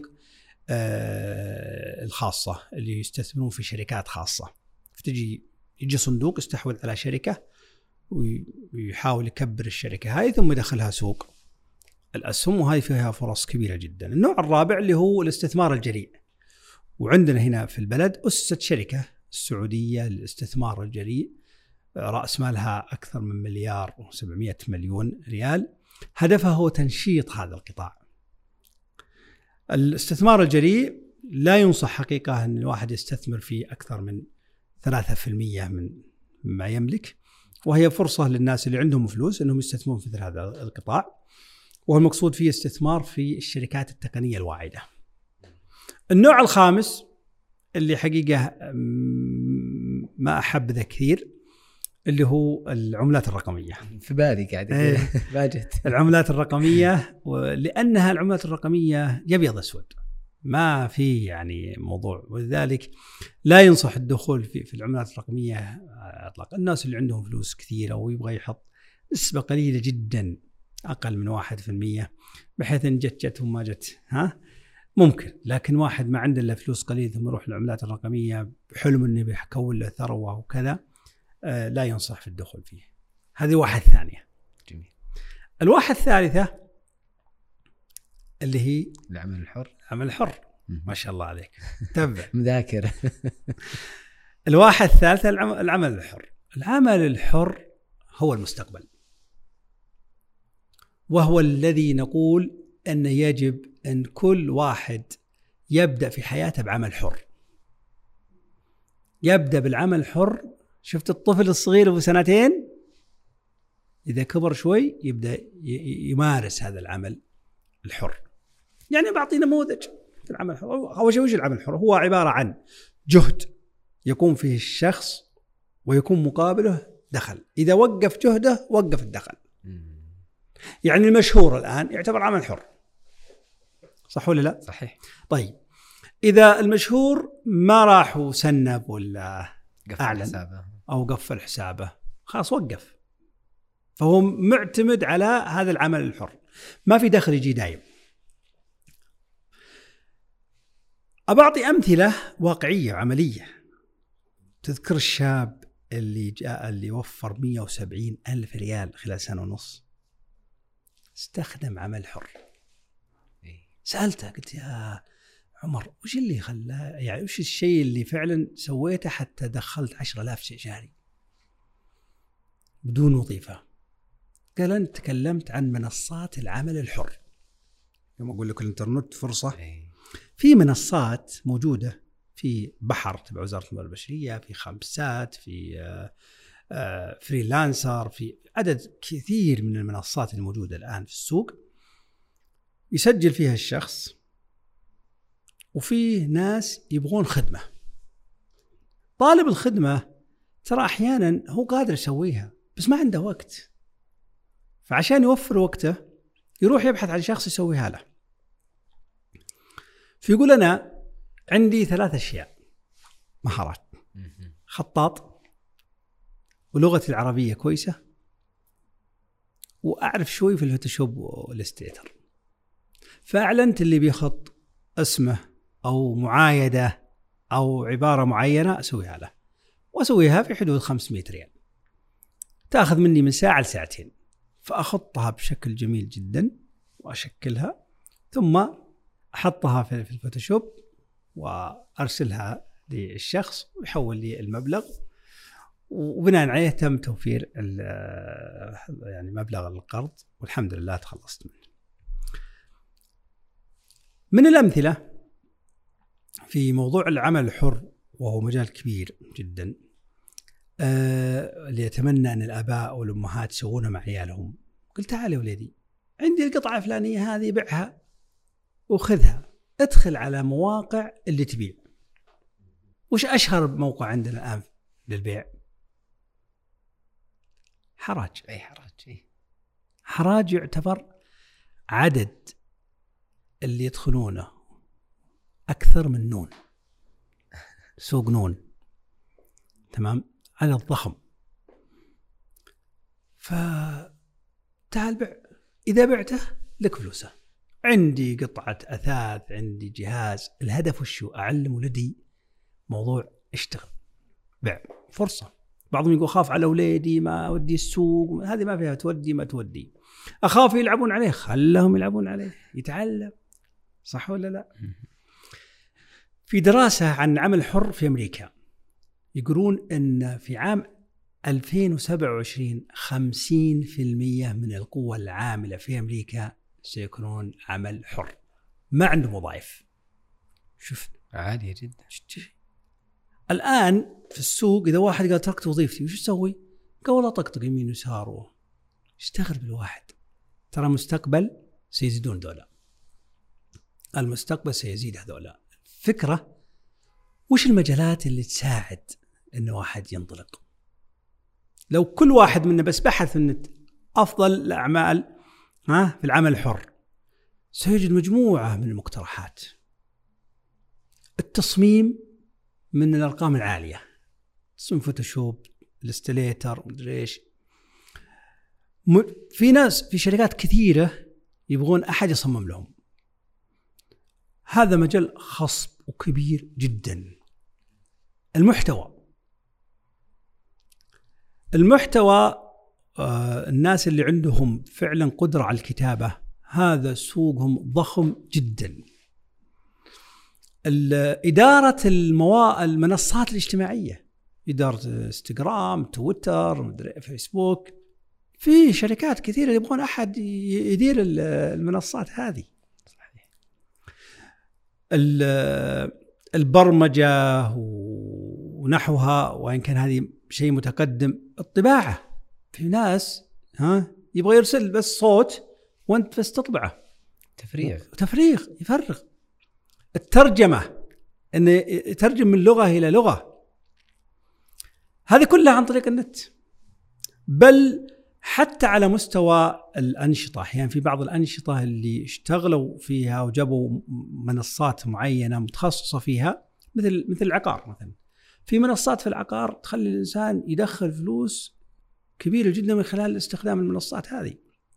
الخاصة اللي يستثمرون في شركات خاصة. يجي صندوق يستحوذ على شركة ويحاول يكبر الشركة هاي ثم يدخلها سوق الأسهم، وهذه فيها فرص كبيرة جدا. النوع الرابع اللي هو الاستثمار الجريء، وعندنا هنا في البلد أسست شركة السعودية للاستثمار الجريء، رأس مالها أكثر من 1,700,000,000 ريال. هدفها هو تنشيط هذا القطاع. الاستثمار الجريء لا ينصح حقيقة أن الواحد يستثمر في أكثر من 3% من ما يملك، وهي فرصة للناس اللي عندهم فلوس أنهم يستثمرون في هذا القطاع، والمقصود فيه استثمار في الشركات التقنية الواعدة. النوع الخامس اللي حقيقة ما أحب ذا كثير، اللي هو العملات الرقمية. في بالي قاعد باجت العملات الرقمية، لأنها العملات الرقمية يبيض أسود، ما في يعني موضوع، ولذلك لا ينصح الدخول في العملات الرقمية اطلاقا. الناس اللي عندهم فلوس كثيرة ويبغى يحط نسبة قليلة جدا أقل من 1%، بحيث إن جت وما جت ممكن. لكن واحد ما عنده إلا فلوس قليل ثم يروح للعملات الرقمية بحلم إنه بيكون له ثروة وكذا، لا ينصح في الدخول فيه. هذه واحد ثانية. جميل. الواحد الثالثة اللي هي العمل الحر. العمل الحر، ما شاء الله عليك تبع مذاكر. الواحد الثالثة العمل الحر. العمل الحر هو المستقبل، وهو الذي نقول أن يجب أن كل واحد يبدأ في حياته بعمل حر. يبدأ بالعمل الحر. شفت الطفل الصغير ابو 2 سنين، إذا كبر شوي يبدأ يمارس هذا العمل الحر. يعني بعطي نموذج في العمل الحر. أول شيء وش العمل الحر؟ هو عبارة عن جهد يقوم فيه الشخص ويكون مقابله دخل. إذا وقف جهده وقف الدخل. يعني المشهور الآن يعتبر عمل حر، صح ولا لا؟ صحيح. طيب إذا المشهور ما راح وسنب ولا أعلن حسابه أو قفل حسابه، خلاص وقف، فهو معتمد على هذا العمل الحر، ما في دخل يجي دايم. أبعطي أمثلة واقعية عملية. تذكر الشاب اللي جاء اللي وفر 170,000 ريال خلال 1.5 سنة، استخدم عمل حر. سألته قلت يا عمر وش اللي خلاه، يعني وش الشيء اللي فعلا سويته حتى دخلت 10,000 شيء جاري بدون وظيفة؟ قال أنت تكلمت عن منصات العمل الحر. يوم أقول لك الإنترنت فرصة، في منصات موجودة في بحر تبع وزارة الموارد البشرية، في خمسات، في فريلانسر، في عدد كثير من المنصات الموجودة الآن في السوق، يسجل فيها الشخص، وفيه ناس يبغون خدمة. طالب الخدمة ترى أحيانا هو قادر يسويها بس ما عنده وقت، فعشان يوفر وقته يروح يبحث عن شخص يسويها له. فيقول أنا عندي 3 أشياء مهارات: خطاط، ولغتي العربية كويسة، وأعرف شوي في الفوتوشوب والإليستريتور. فأعلنت اللي بيخط اسمه أو معايدة أو عبارة معينة أسويها له، وأسويها في حدود 500 ريال، تأخذ مني من ساعة لساعتين. فأخطها بشكل جميل جدا وأشكلها، ثم أحطها في الفوتوشوب وأرسلها للشخص ويحول لي المبلغ، وبناء عليه تم توفير يعني مبلغ القرض، والحمد لله تخلصت منه. من الأمثلة في موضوع العمل الحر، وهو مجال كبير جدا، اللي يتمنى أن الآباء والأمهات يسوونه مع عيالهم. قلت تعال يا ولدي، عندي القطعة الفلانية هذه، بيعها وخذها، ادخل على مواقع اللي تبيع. وش أشهر موقع عندنا الآن للبيع؟ حراج. أي حراج. حراج يعتبر عدد اللي يدخلونه أكثر من نون، سوق نون، تمام، عدد ضخم. فتعال بيع، إذا بعته لك فلوسه. عندي قطعة أثاث، عندي جهاز، الهدف وشو؟ أعلم ولدي موضوع اشتغل، بيع، فرصة. بعضهم يقول خاف على أولادي ما أودي السوق، هذه ما فيها تودي ما تودي. أخاف يلعبون عليه، خلهم يلعبون عليه، يتعلم، صح ولا لا؟ في دراسة عن عمل حر في أمريكا يقولون أن في عام 2027 50% من القوى العاملة في أمريكا سيكونون عمل حر، ما عنده وظائف. شفت عالية جدا. الآن في السوق إذا واحد قال تركت وظيفتي وش تسوي؟ قال والله طقطق يمين ويسار اشتغل بالواحد. ترى مستقبل سيزيدون ذولا، المستقبل سيزيد هذولا. فكرة وش المجالات اللي تساعد إنه واحد ينطلق؟ لو كل واحد منا بس بحث عن أفضل الأعمال في العمل الحر سيجد مجموعة من المقترحات. التصميم من الأرقام العالية، تصميم فوتوشوب، الاستيليتر، مدري إيش. في ناس في شركات كثيرة يبغون أحد يصمم لهم. هذا مجال خصب وكبير جدا. المحتوى الناس اللي عندهم فعلا قدرة على الكتابة هذا سوقهم ضخم جدا. إدارة المنصات الاجتماعية، إدارة انستغرام، تويتر، فيسبوك، في شركات كثيرة يبغون أحد يدير المنصات هذه. البرمجة ونحوها، وإن كان هذه شيء متقدم. الطباعة، في ناس يبغى يرسل بس صوت وانت بس تطبعه. تفريغ يفرغ. الترجمة، انه يترجم من لغة الى لغة، هذه كلها عن طريق النت. بل حتى على مستوى الأنشطة، يعني في بعض الأنشطة اللي اشتغلوا فيها وجابوا منصات معينة متخصصة فيها، مثل العقار مثلا. في منصات في العقار تخلي الإنسان يدخل فلوس كبيرة جدا من خلال استخدام المنصات هذه.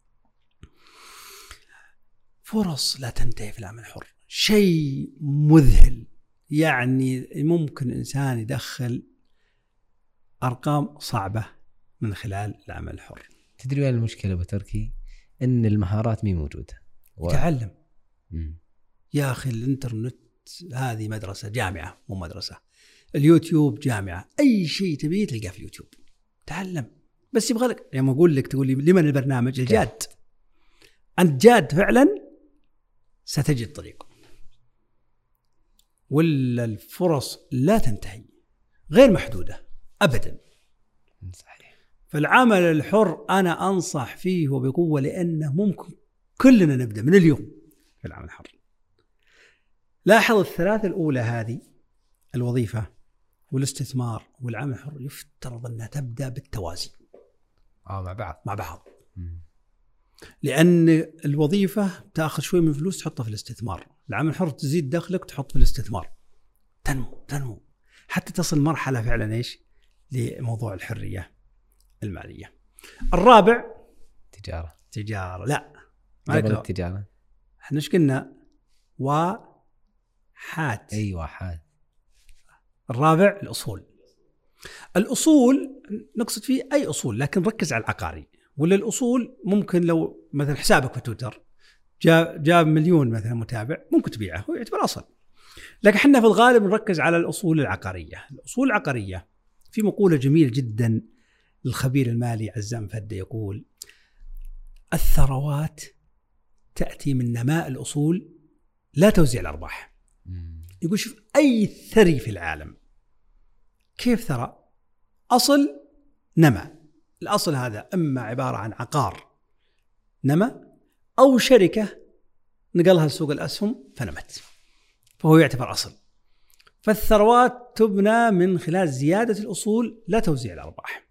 فرص لا تنتهي في العمل الحر، شيء مذهل. يعني ممكن إنسان يدخل أرقام صعبة من خلال العمل الحر. تدري وين المشكلة بتركي؟ إن المهارات مي موجودة. يتعلم. يا أخي الإنترنت هذه مدرسة، جامعة مو مدرسة. اليوتيوب جامعة، أي شيء تبيه تلقاه في اليوتيوب. تعلم، بس يبغى لك يعني أقول لك تقول لي لمن البرنامج الجاد. أنت جاد فعلا ستجد طريق. ولا الفرص لا تنتهي، غير محدودة أبدا. صحيح. فالعمل الحر أنا أنصح فيه وبقوة، لأنه ممكن كلنا نبدأ من اليوم في العمل الحر. لاحظ الثلاثة الأولى هذه، الوظيفة والاستثمار والعمل الحر، يفترض أنها تبدأ بالتوازي مع بعض. لأن الوظيفة تأخذ شوي من فلوس تحطها في الاستثمار، العمل الحر تزيد دخلك تحط في الاستثمار، تنمو حتى تصل مرحلة فعلا إيش لموضوع الحرية المالية. الرابع تجارة. لا قبل التجارة احنا ايش قلنا؟ واحات. أي واحات. الرابع الأصول نقصد فيه أي أصول، لكن ركز على العقاري. ولا الأصول ممكن لو مثلا حسابك في تويتر جاب 1,000,000 مثلا متابع، ممكن تبيعه ويعتبر أصل. لكن احنا في الغالب نركز على الأصول العقارية. الأصول العقارية، في مقولة جميلة جدا للخبير المالي عزام فدة، يقول: الثروات تأتي من نماء الأصول لا توزيع الأرباح. يقول شوف أي ثري في العالم كيف ثرى؟ أصل نمى. الأصل هذا إما عبارة عن عقار نمى، أو شركة نقلها لسوق الأسهم فنمت، فهو يعتبر أصل. فالثروات تبنى من خلال زيادة الأصول لا توزيع الأرباح.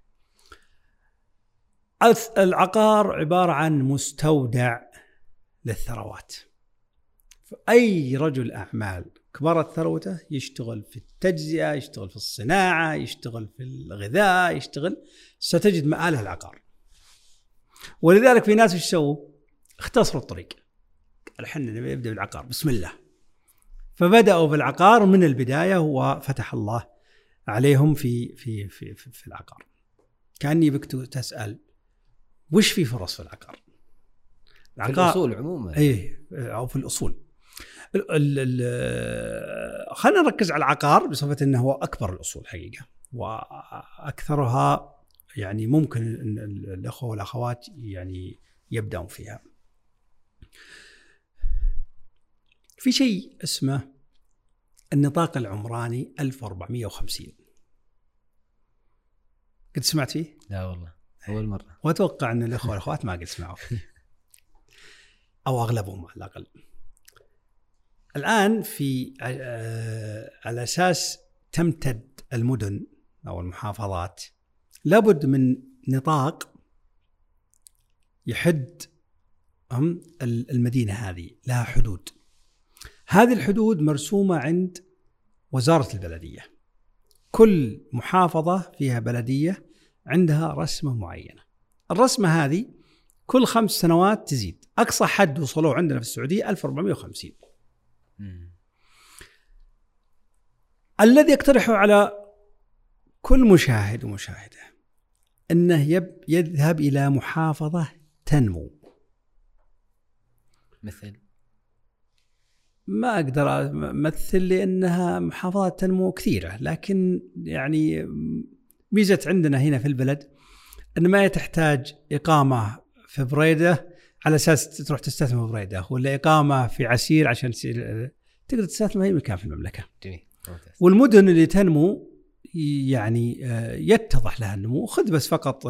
العقار عبارة عن مستودع للثروات. فأي رجل أعمال كبرت ثروته يشتغل في التجزئة، يشتغل في الصناعة، يشتغل في الغذاء، ستجد مآله العقار. ولذلك في ناس يسووا اختصروا الطريق، الحين يبدأ بالعقار بسم الله، فبدأوا بالعقار من البداية وفتح الله عليهم في العقار. كأني بك تسأل وش في فرص في العقار؟ في الأصول عموما. أو في الأصول. خلينا نركز على العقار بصفة أنه هو أكبر الأصول حقيقة، وأكثرها يعني ممكن الأخوة والأخوات يعني يبدأون فيها. في شيء اسمه النطاق العمراني 1450. قد سمعت فيه؟ لا والله أول مرة. وأتوقع أن الأخوة والأخوات ما قد سمعوا فيه أو أغلبهم على الأقل. الآن في على أساس تمتد المدن أو المحافظات لابد من نطاق يحد المدينة هذه، لها حدود. هذه الحدود مرسومة عند وزارة البلدية. كل محافظة فيها بلدية عندها رسمة معينة. الرسمة هذه كل 5 سنوات تزيد. أقصى حد وصلوا عندنا في السعودية 1450. الذي يقترحه على كل مشاهد ومشاهدة أنه يذهب إلى محافظة تنمو. مثل ما أقدر أمثل لأنها محافظات تنمو كثيرة، لكن يعني ميزة عندنا هنا في البلد أن ما تحتاج إقامة في بريدة على أساس تروح تستثمر في بريدة، ولا إقامة في عسير عشان تقدر تستثمر أي مكان في المملكة. جميل. والمدن اللي تنمو يعني يتضح لها النمو. خذ بس فقط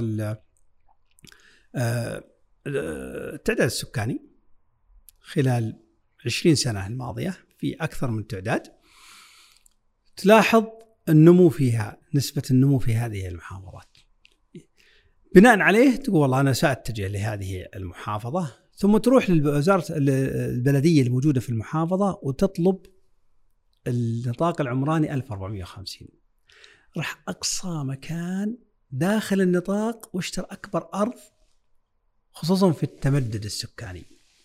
التعداد السكاني خلال 20 سنة الماضية في أكثر من تعداد، تلاحظ النمو فيها، نسبة النمو في هذه المحافظات. بناء عليه تقول والله أنا سأتجه لهذه المحافظة، ثم تروح للوزارة البلدية الموجودة في المحافظة وتطلب النطاق العمراني 1450. راح أقصى مكان داخل النطاق واشترى أكبر أرض، خصوصا في التمدد السكاني.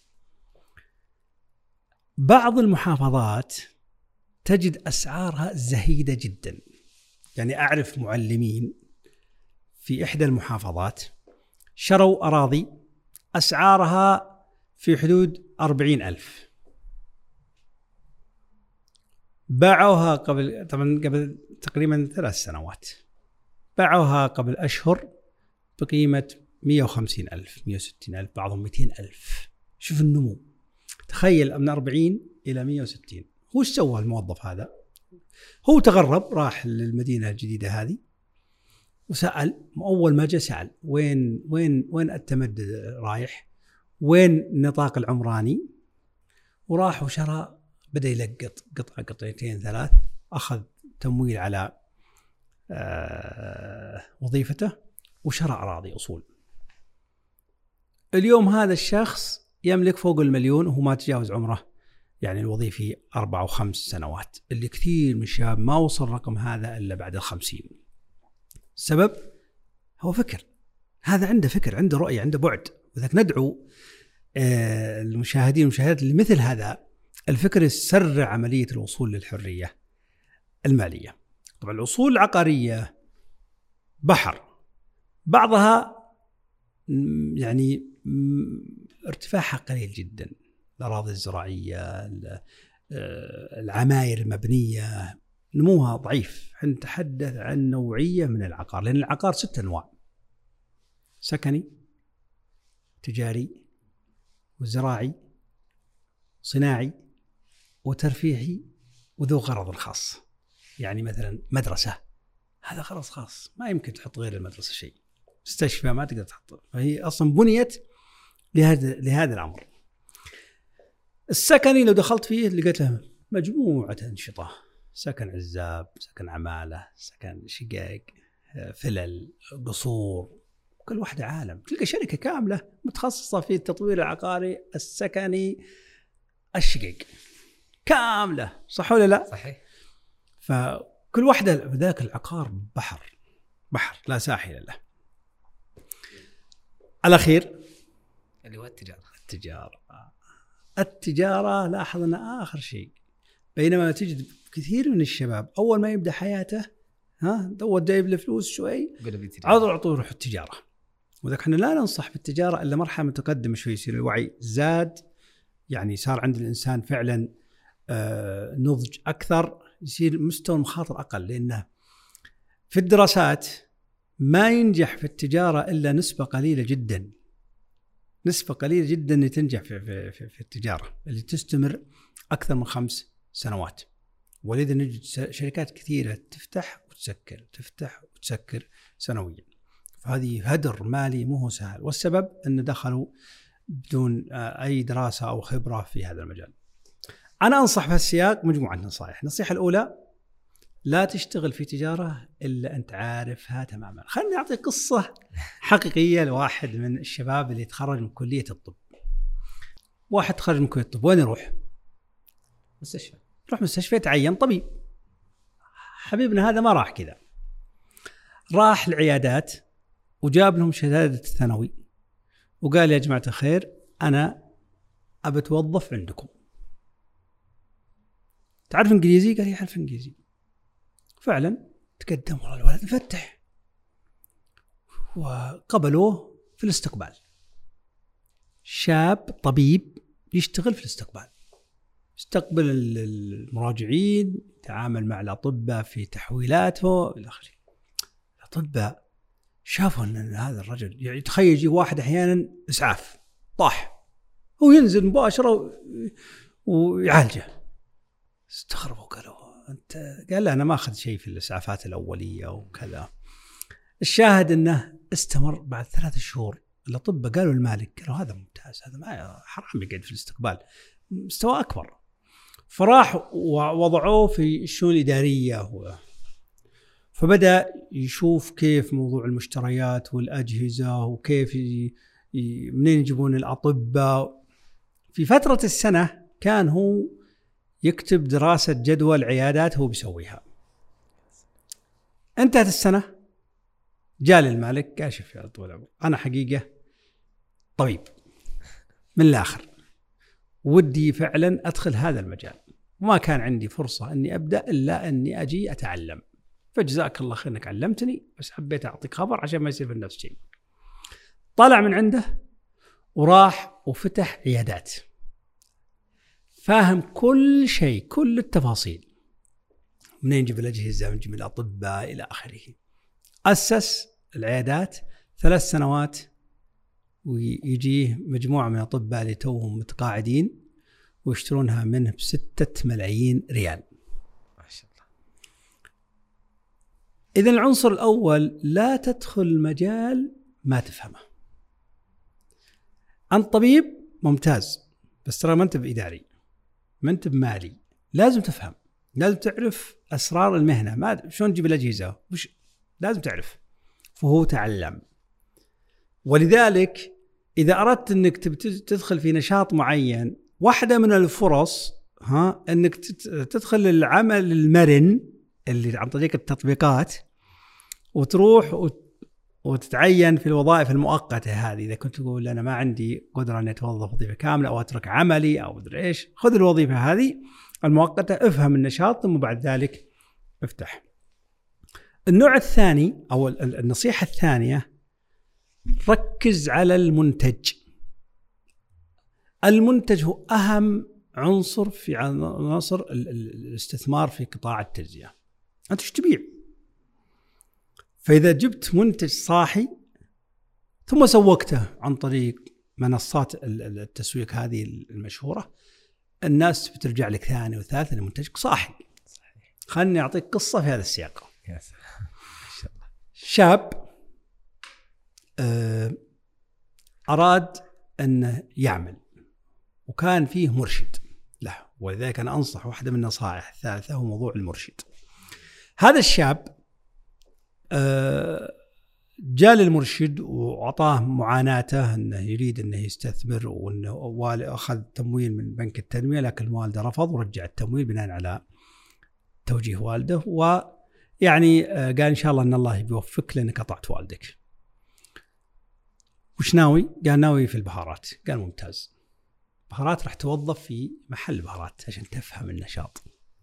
بعض المحافظات تجد أسعارها زهيدة جدا. يعني أعرف معلمين في إحدى المحافظات شروا أراضي أسعارها في حدود 40,000، باعوها قبل تقريبا 3 سنوات، باعوها قبل أشهر بقيمة 150,000 160,000 بعضهم 200,000. شوف النمو، تخيل من 40 إلى 160. هو ايش سوى الموظف هذا؟ هو تغرب، راح للمدينة الجديدة هذه وسأل. أول ما جاء سأل وين التمدد رايح، وين النطاق العمراني، وراح وشرى، بدأ يلقط قطعة قطعتين 3، أخذ تمويل على وظيفته وشرى أراضي أصول. اليوم هذا الشخص يملك فوق 1,000,000 وهو ما تجاوز عمره يعني الوظيفي 4 و5 سنوات، اللي كثير من الشباب ما وصل رقم هذا إلا بعد 50. السبب هو فكر. هذا عنده فكر، عنده رؤية، عنده بعد. وذلك ندعو المشاهدين والمشاهدات اللي مثل هذا الفكر يسرع عملية الوصول للحرية المالية. طبعا الأصول العقارية بحر، بعضها يعني ارتفاعها قليل جدا، الأراضي الزراعية، العماير المبنية نموها ضعيف. نتحدث عن نوعية من العقار، لأن العقار 6 أنواع: سكني، تجاري، وزراعي، صناعي، وترفيهي، وذو غرض خاص. يعني مثلا مدرسة، هذا غرض خاص، ما يمكن تحط غير المدرسة شيء. مستشفى ما تقدر تحط، فهي أصلا بنيت لهذا الأمر. السكني لو دخلت فيه لقيت له مجموعة أنشطة: سكن عزاب، سكن عمالة، سكن شقق، فلل، قصور، كل واحدة عالم. تلقى شركة كاملة متخصصة في التطوير العقاري السكني الشقق كاملة، صح ولا لا؟ صحيح. فكل واحدة بذاك العقار بحر لا ساحل له. الأخير اللي هو التجارة لاحظ أن آخر شيء. بينما تجد كثير من الشباب أول ما يبدأ حياته دو جايب له فلوس شوي على طول يروح التجارة. وذاك احنا لا ننصح بالتجارة إلا مرحلة متقدمة شوي، يصير الوعي زاد، يعني صار عند الإنسان فعلا نضج أكثر، يصير مستوى المخاطر أقل. لأنه في الدراسات ما ينجح في التجارة إلا نسبة قليلة جدا اللي تنجح في التجارة، اللي تستمر أكثر من 5 سنوات. ولذا نجد شركات كثيرة تفتح وتسكر سنويا. فهذه هدر مالي مو سهل، والسبب أن دخلوا بدون أي دراسة أو خبرة في هذا المجال. أنا أنصح في السياق مجموعة نصائح. النصيحة الأولى: لا تشتغل في تجارة إلا أنت عارفها تماما. خلني أعطي قصة حقيقية لواحد من الشباب اللي تخرج من كلية الطب. واحد تخرج من كلية الطب، وين يروح؟ مستشفى. يروح مستشفى يتعين طبيب. حبيبنا هذا ما راح كذا، راح العيادات وجاب لهم شهادة الثانوي وقال: يا جماعة الخير، أنا أبى أتوظف عندكم. تعرف إنجليزي؟ قال: يعرف إنجليزي. فعلا تقدم، والله الولد مفتح، وقبلوه في الاستقبال. شاب طبيب يشتغل في الاستقبال، يستقبل المراجعين، يتعامل مع الأطباء في تحويلاته إلى آخره. الأطباء شافوا أن هذا الرجل، يعني تخيل يجي واحد أحيانا إسعاف طاح، هو ينزل مباشرة ويعالجه. استغربوا، قالوا: أنت؟ قال: لا، أنا ما أخذ شيء في الإسعافات الأولية وكذا. الشاهد أنه استمر. بعد 3 شهور الأطباء قالوا المالك، قالوا: هذا ممتاز، هذا ما حرام يقعد في الاستقبال، مستوى أكبر. فراح ووضعوه في الشؤون الإدارية، فبدأ يشوف كيف موضوع المشتريات والأجهزة، وكيف منين يجيبون الأطباء. في فترة السنة كان هو يكتب دراسة جدوى العيادات هو بيسويها. انتهت السنة، جاء للمالك قال: شوف يا طويل العمر، أنا حقيقة طبيب من الآخر، ودي فعلا أدخل هذا المجال، وما كان عندي فرصة أني أبدأ إلا أني أجي أتعلم، فجزاك الله خير أنك علمتني، بس حبيت أعطيك خبر عشان ما يصير في نفس الشيء. طلع من عنده وراح وفتح عيادات، فاهم كل شيء، كل التفاصيل، منين نجيب الأجهزة، منين نجيب الأطباء إلى آخره. أسس العيادات 3 سنوات، ويجيه مجموعة من الأطباء اللي توهم متقاعدين ويشترونها منه ب6 ملايين ريال. ما شاء الله. إذن العنصر الأول: لا تدخل مجال ما تفهمه. أنت طبيب ممتاز، بس ترى ما أنت بإداري، ما أنت بمالي، لازم تفهم، لازم تعرف أسرار المهنة، ما شلون تجيب الأجهزة، لازم تعرف. فهو تعلم. ولذلك إذا أردت أنك تدخل في نشاط معين، واحدة من الفرص أنك تدخل العمل المرن اللي عن طريق التطبيقات، وتروح وتتعين في الوظائف المؤقتة هذه. إذا كنت تقول أنا ما عندي قدرة أن أتوظف وظيفة كاملة أو أترك عملي أو أدري إيش، خذ الوظيفة هذه المؤقتة، افهم النشاط، ثم بعد ذلك افتح. النوع الثاني أو النصيحة الثانية: ركز على المنتج. المنتج هو أهم عنصر في عناصر الاستثمار في قطاع التجزئة. أنت ايش تبيع؟ فإذا جبت منتج صاحي ثم سوقته عن طريق منصات التسويق هذه المشهورة، الناس بترجع لك ثاني وثالث لمنتجك صاحي. خلني أعطيك قصة في هذا السياق. شاب أراد أن يعمل، وكان فيه مرشد له، ولذلك أنا أنصح، واحدة من النصائح الثالثة هو موضوع المرشد. هذا الشاب جاء للمرشد وعطاه معاناته أنه يريد أنه يستثمر، وأنه أخذ تمويل من بنك التنمية، لكن الوالده رفض ورجع التمويل بناء على توجيه والده، ويعني قال إن شاء الله أن الله بيوفقك لأنك قطعت والدك. وش ناوي؟ قال ناوي في البهارات. قال ممتاز، بهارات راح توظف في محل بهارات عشان تفهم النشاط.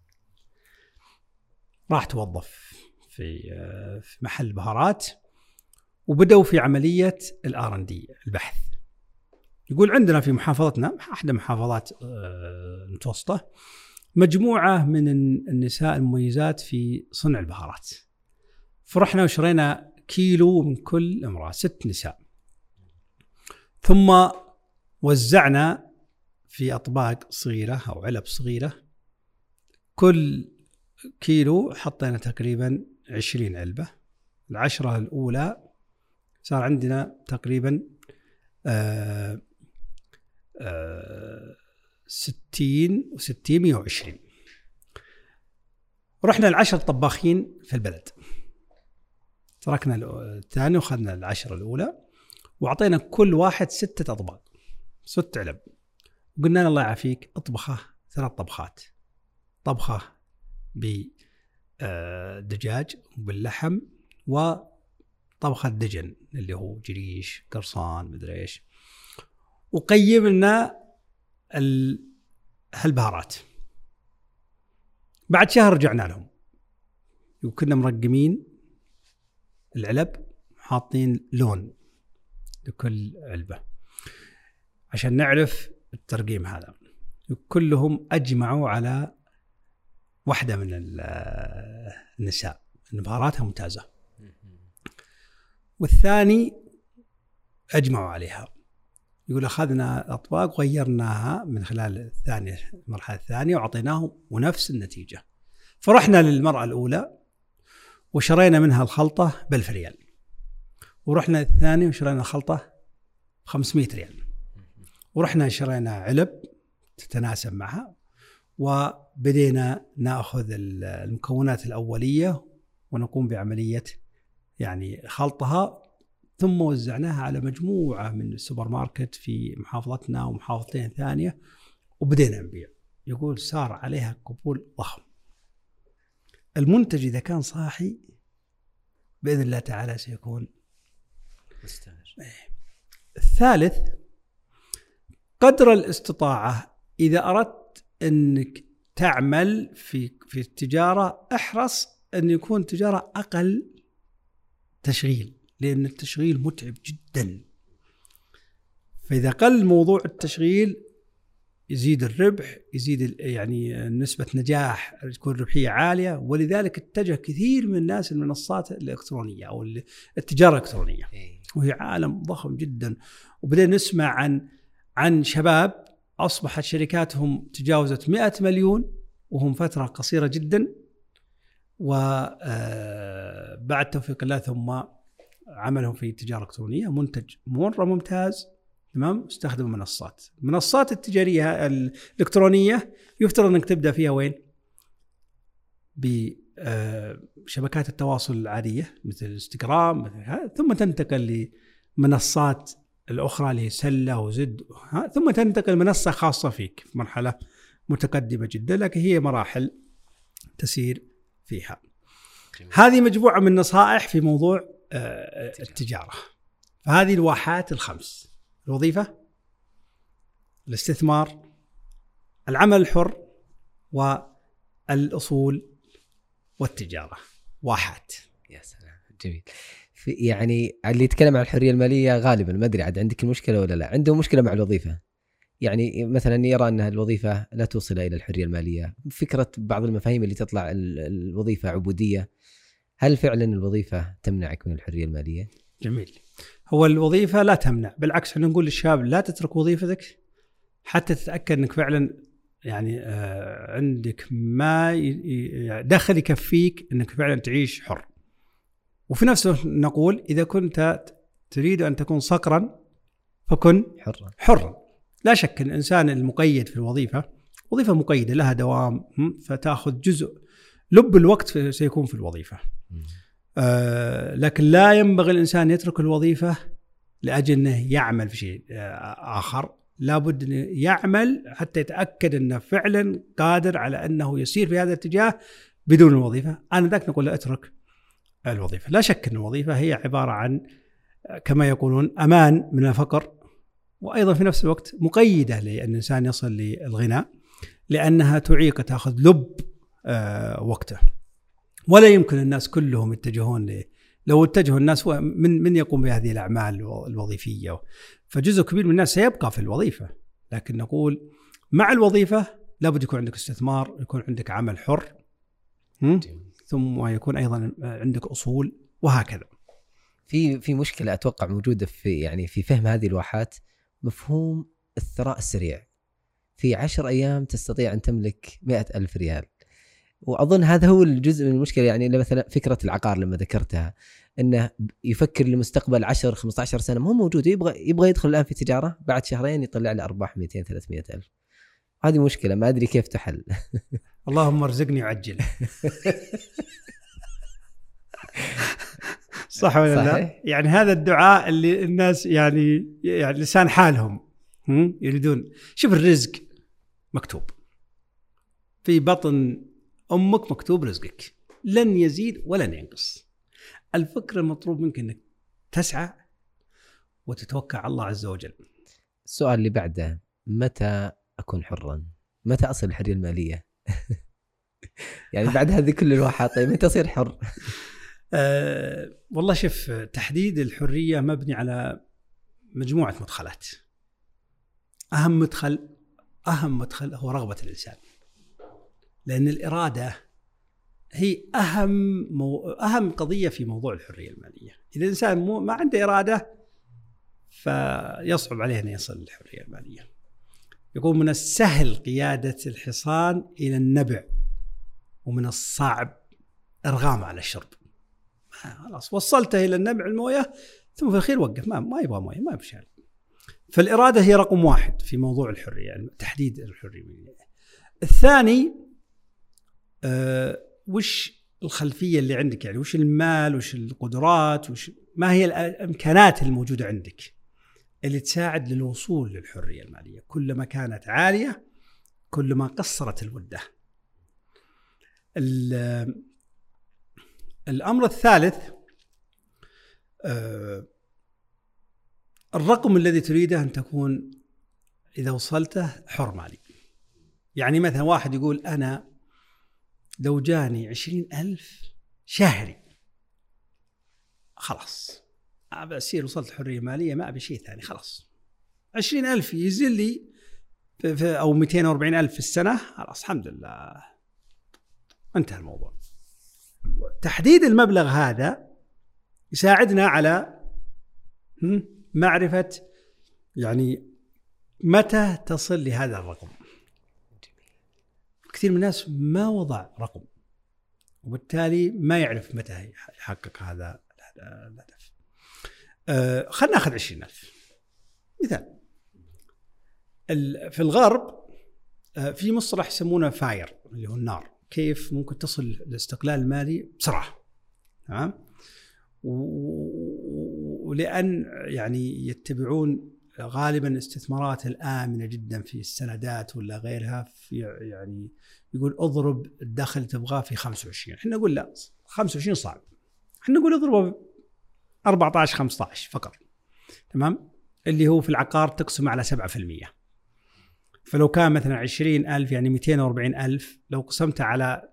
راح توظف في محل بهارات، وبدأوا في عملية R&D البحث. يقول عندنا في محافظتنا، أحد محافظات المتوسطة، مجموعة من النساء المميزات في صنع البهارات، فرحنا وشرينا كيلو من كل امرأة، 6 نساء، ثم وزعنا في أطباق صغيرة أو علب صغيرة، كل كيلو حطينا تقريبا 20 علبة. 10 الأولى صار عندنا تقريبا 60 و60 120. رحنا 10 طباخين في البلد، تركنا الثاني وخذنا 10 الأولى وأعطينا كل واحد 6 أطباق 6 علب، وقلنا له الله يعافيك اطبخه 3 طبخات، طبخة بدجاج وباللحم وطبخة دجن اللي هو جريش قرصان مدري ايش، وقيم لنا هالبهارات. بعد شهر رجعنا لهم وكنا مرقمين العلب، حاطين لون لكل علبة عشان نعرف الترقيم هذا. كلهم أجمعوا على واحدة من النساء أن بهاراتها ممتازة، والثاني أجمعوا عليها. يقول أخذنا الأطباق غيرناها من خلال المرحلة الثانية وعطيناهم ونفس النتيجة. فرحنا للمرأة الأولى وشرينا منها الخلطة ب1000 ريال، ورحنا الثاني وشرينا الخلطة 500 ريال، ورحنا شرينا علب تتناسب معها، وبدينا نأخذ المكونات الأولية ونقوم بعملية يعني خلطها، ثم وزعناها على مجموعة من السوبر ماركت في محافظتنا ومحافظتين ثانية، وبدينا نبيع. يقول صار عليها قبول ضخم. المنتج إذا كان صاحي بإذن الله تعالى سيكون مستمر. الثالث، قدر الاستطاعة إذا أردت أنك تعمل في التجارة احرص أن يكون تجارة أقل تشغيل، لأن التشغيل متعب جدا. فإذا قل موضوع التشغيل يزيد الربح، يزيد يعني نسبة نجاح، تكون ربحية عالية. ولذلك اتجه كثير من الناس المنصات الإلكترونية أو التجارة الإلكترونية، وهي عالم ضخم جدا. وبدأنا نسمع عن شباب أصبحت شركاتهم تجاوزت 100 مليون وهم فترة قصيرة جدا، وبعد توفيق الله ثم عملهم في التجارة الإلكترونية منتج مرة ممتاز. تمام. استخدموا المنصات التجارية الإلكترونية يفترض أنك تبدأ فيها وين؟ بشبكات التواصل العادية مثل الانستغرام ثم تنتقل لمنصات الأخرى اللي سلة وزد، ثم تنتقل منصة خاصة فيك في مرحلة متقدمة جدا، لكن هي مراحل تسير فيها. هذه مجموعة من النصائح في موضوع التجارة. فهذه الواحات الخمس: الوظيفة، الاستثمار، العمل الحر، والأصول، والتجارة. واحات. يا سلام، جميل. يعني اللي يتكلم عن الحرية المالية غالبا ما أدري عاد عندك المشكلة ولا لا، عنده مشكلة مع الوظيفة. يعني مثلا يرى أن الوظيفة لا توصل إلى الحرية المالية، فكرة بعض المفاهيم اللي تطلع الوظيفة عبودية. هل فعلا الوظيفة تمنعك من الحرية المالية؟ جميل. هو الوظيفة لا تمنع، بالعكس احنا نقول للشباب لا تترك وظيفتك حتى تتأكد أنك فعلا يعني عندك ما دخل يكفيك أنك فعلا تعيش حر. وفي نفسه نقول إذا كنت تريد أن تكون صقرا فكن حرا. لا شك أن الإنسان المقيد في الوظيفة وظيفة مقيدة لها دوام، فتأخذ جزء لب الوقت سيكون في الوظيفة. لكن لا ينبغي الإنسان يترك الوظيفة لأجل أنه يعمل في شيء آخر. لابد أن يعمل حتى يتأكد أنه فعلا قادر على أنه يسير في هذا الاتجاه بدون الوظيفة. أنا ذاك نقول أترك الوظيفة. لا شك أن الوظيفة هي عبارة عن كما يقولون أمان من الفقر، وأيضا في نفس الوقت مقيدة لأن الإنسان يصل للغنى، لأنها تعيق تأخذ لب وقته. ولا يمكن الناس كلهم يتجهون لو اتجهوا الناس من يقوم بهذه الأعمال الوظيفية، فجزء كبير من الناس سيبقى في الوظيفة. لكن نقول مع الوظيفة لابد يكون عندك استثمار، يكون عندك عمل حر، ثم يكون أيضا عندك أصول، وهكذا. في مشكلة أتوقع موجودة في فهم هذه الواحات، مفهوم الثراء السريع. في 10 أيام تستطيع أن تملك 100,000 ريال. واظن هذا هو الجزء من المشكله. يعني مثلا فكره العقار لما ذكرتها انه يفكر لمستقبل 10 15 سنه، ما هو موجود. يبغى يدخل الان في تجاره، بعد شهرين يطلع له ارباح 200 300 الف. هذه مشكله ما ادري كيف تحل. اللهم ارزقني وعجل. صح ولا لا؟ يعني هذا الدعاء اللي الناس يعني لسان حالهم يريدون. شوف الرزق مكتوب في بطن أمك، مكتوب رزقك لن يزيد ولن ينقص. الفكرة المطلوب منك أنك تسعى وتتوكل على الله عز وجل. السؤال اللي بعده، متى أكون حرا؟ متى أصل الحرية المالية؟ يعني بعد هذه كل الواحات، طيب متى أصير حر؟ والله شوف، تحديد الحرية مبني على مجموعة مدخلات. أهم مدخل هو رغبة الإنسان، لأن الإرادة هي أهم قضية في موضوع الحرية المالية. إذا الإنسان ما عنده إرادة فيصعب عليه أن يصل للحرية المالية. يقول من السهل قيادة الحصان إلى النبع، ومن الصعب إرغام على الشرب. خلاص وصلته إلى النبع الموية، ثم في الأخير وقف، ما يبغى موية، ما بشال. فالإرادة هي رقم واحد في موضوع الحرية، يعني تحديد الحرية. الثاني وش الخلفية اللي عندك، يعني وش المال، وش القدرات، ما هي الإمكانات الموجودة عندك اللي تساعد للوصول للحرية المالية. كلما كانت عالية كلما قصرت المدة. الأمر الثالث الرقم الذي تريده أن تكون إذا وصلته حر مالي. يعني مثلا واحد يقول أنا لو جاني 20,000 شهري خلاص أبى أصير وصلت حرية مالية، ما أبي شيء ثاني، خلاص 20,000 ينزل لي أو 240,000 في السنة، خلاص الحمد لله انتهى الموضوع. تحديد المبلغ هذا يساعدنا على معرفة يعني متى تصل لهذا الرقم. كثير من الناس ما وضع رقم، وبالتالي ما يعرف متى يحقق هذا الهدف. خلنا ناخذ 20,000 مثال. في الغرب في مصطلح يسمونه فاير اللي هو النار، كيف ممكن تصل للاستقلال المالي بسرعة. تمام. ولأن يعني يتبعون غالبا استثمارات الآمنة جدا في السندات ولا غيرها، في يعني يقول اضرب الدخل تبغاه في 25. احنا نقول لا، 25 صعب، احنا نقول اضربه 14 15 فقط. تمام. اللي هو في العقار تقسم على 7%. فلو كان مثلا 20,000 يعني 240,000، لو قسمته على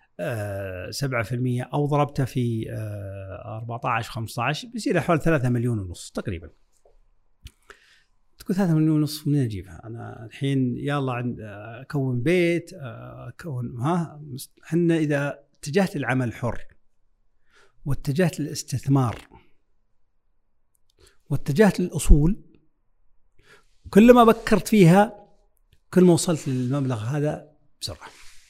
7% أو ضربته في 14 15 بيصير حوالي 3.5 مليون تقريبا. تقول 3.5 مليون منين أجيبها أنا الحين؟ يلا أكون بيت، أكون حنا إذا اتجهت للعمل الحر واتجهت للاستثمار واتجهت للأصول، كلما بكرت فيها كل ما وصلت للمبلغ هذا بسرعة.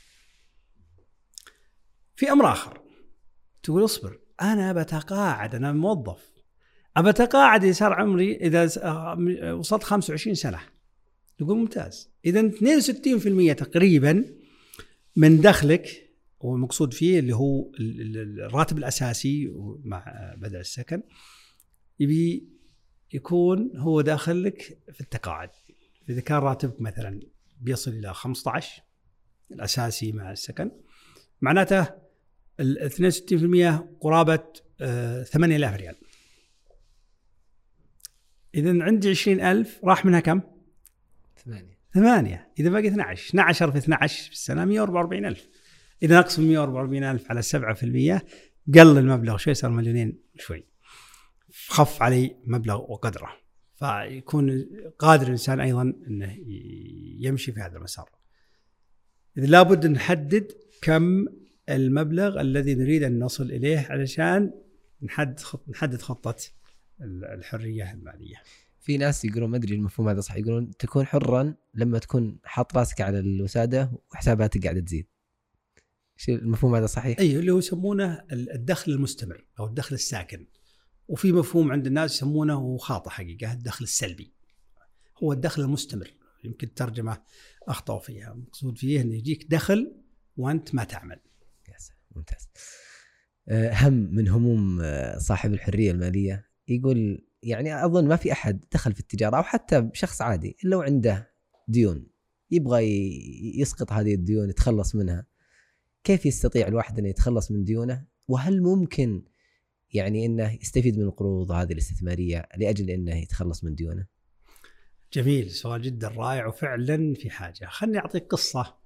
في أمر آخر تقول اصبر، أنا بتقاعد، أنا موظف، أبتقاعد إذا صار عمري، إذا وصلت 25 سنة. تقول ممتاز، إذا 62% تقريبا من دخلك، والمقصود فيه اللي هو الراتب الأساسي مع بدل السكن، يبي يكون هو داخلك في التقاعد. إذا كان راتبك مثلا بيصل إلى 15 الأساسي مع السكن، معناته 62% قرابة 8,000 ريال. إذا عندي 20,000 راح منها كم؟ 8. إذا باقي 12 في 12 في السنة 144,000. إذا نقسم 144,000 على 7% قل المبلغ شوي، صار 2,000,000 شوي، خف علي مبلغ وقدره. فيكون قادر الإنسان أيضا أنه يمشي في هذا المسار. إذا لابد نحدد كم المبلغ الذي نريد أن نصل إليه علشان نحدد خطة الحرية المالية. في ناس يقولون، ما أدري المفهوم هذا صح، يقولون تكون حرا لما تكون حاط راسك على الوسادة وحساباتك قاعدة تزيد. المفهوم هذا صحيح؟ أي اللي هو يسمونه الدخل المستمر أو الدخل الساكن. وفي مفهوم عند الناس يسمونه خاطئ حقيقة، الدخل السلبي. هو الدخل المستمر، يمكن ترجمة أخطأ فيها. مقصود فيه أن يجيك دخل وأنت ما تعمل. ممتاز. هم من هموم صاحب الحرية المالية يقول يعني أظن ما في أحد دخل في التجارة أو حتى شخص عادي إلا وعنده ديون يبغى يسقط هذه الديون، يتخلص منها. كيف يستطيع الواحد أن يتخلص من ديونه؟ وهل ممكن يعني أنه يستفيد من القروض هذه الاستثمارية لأجل أنه يتخلص من ديونه؟ جميل، سؤال جدا رائع وفعلا في حاجة. خلني أعطيك قصة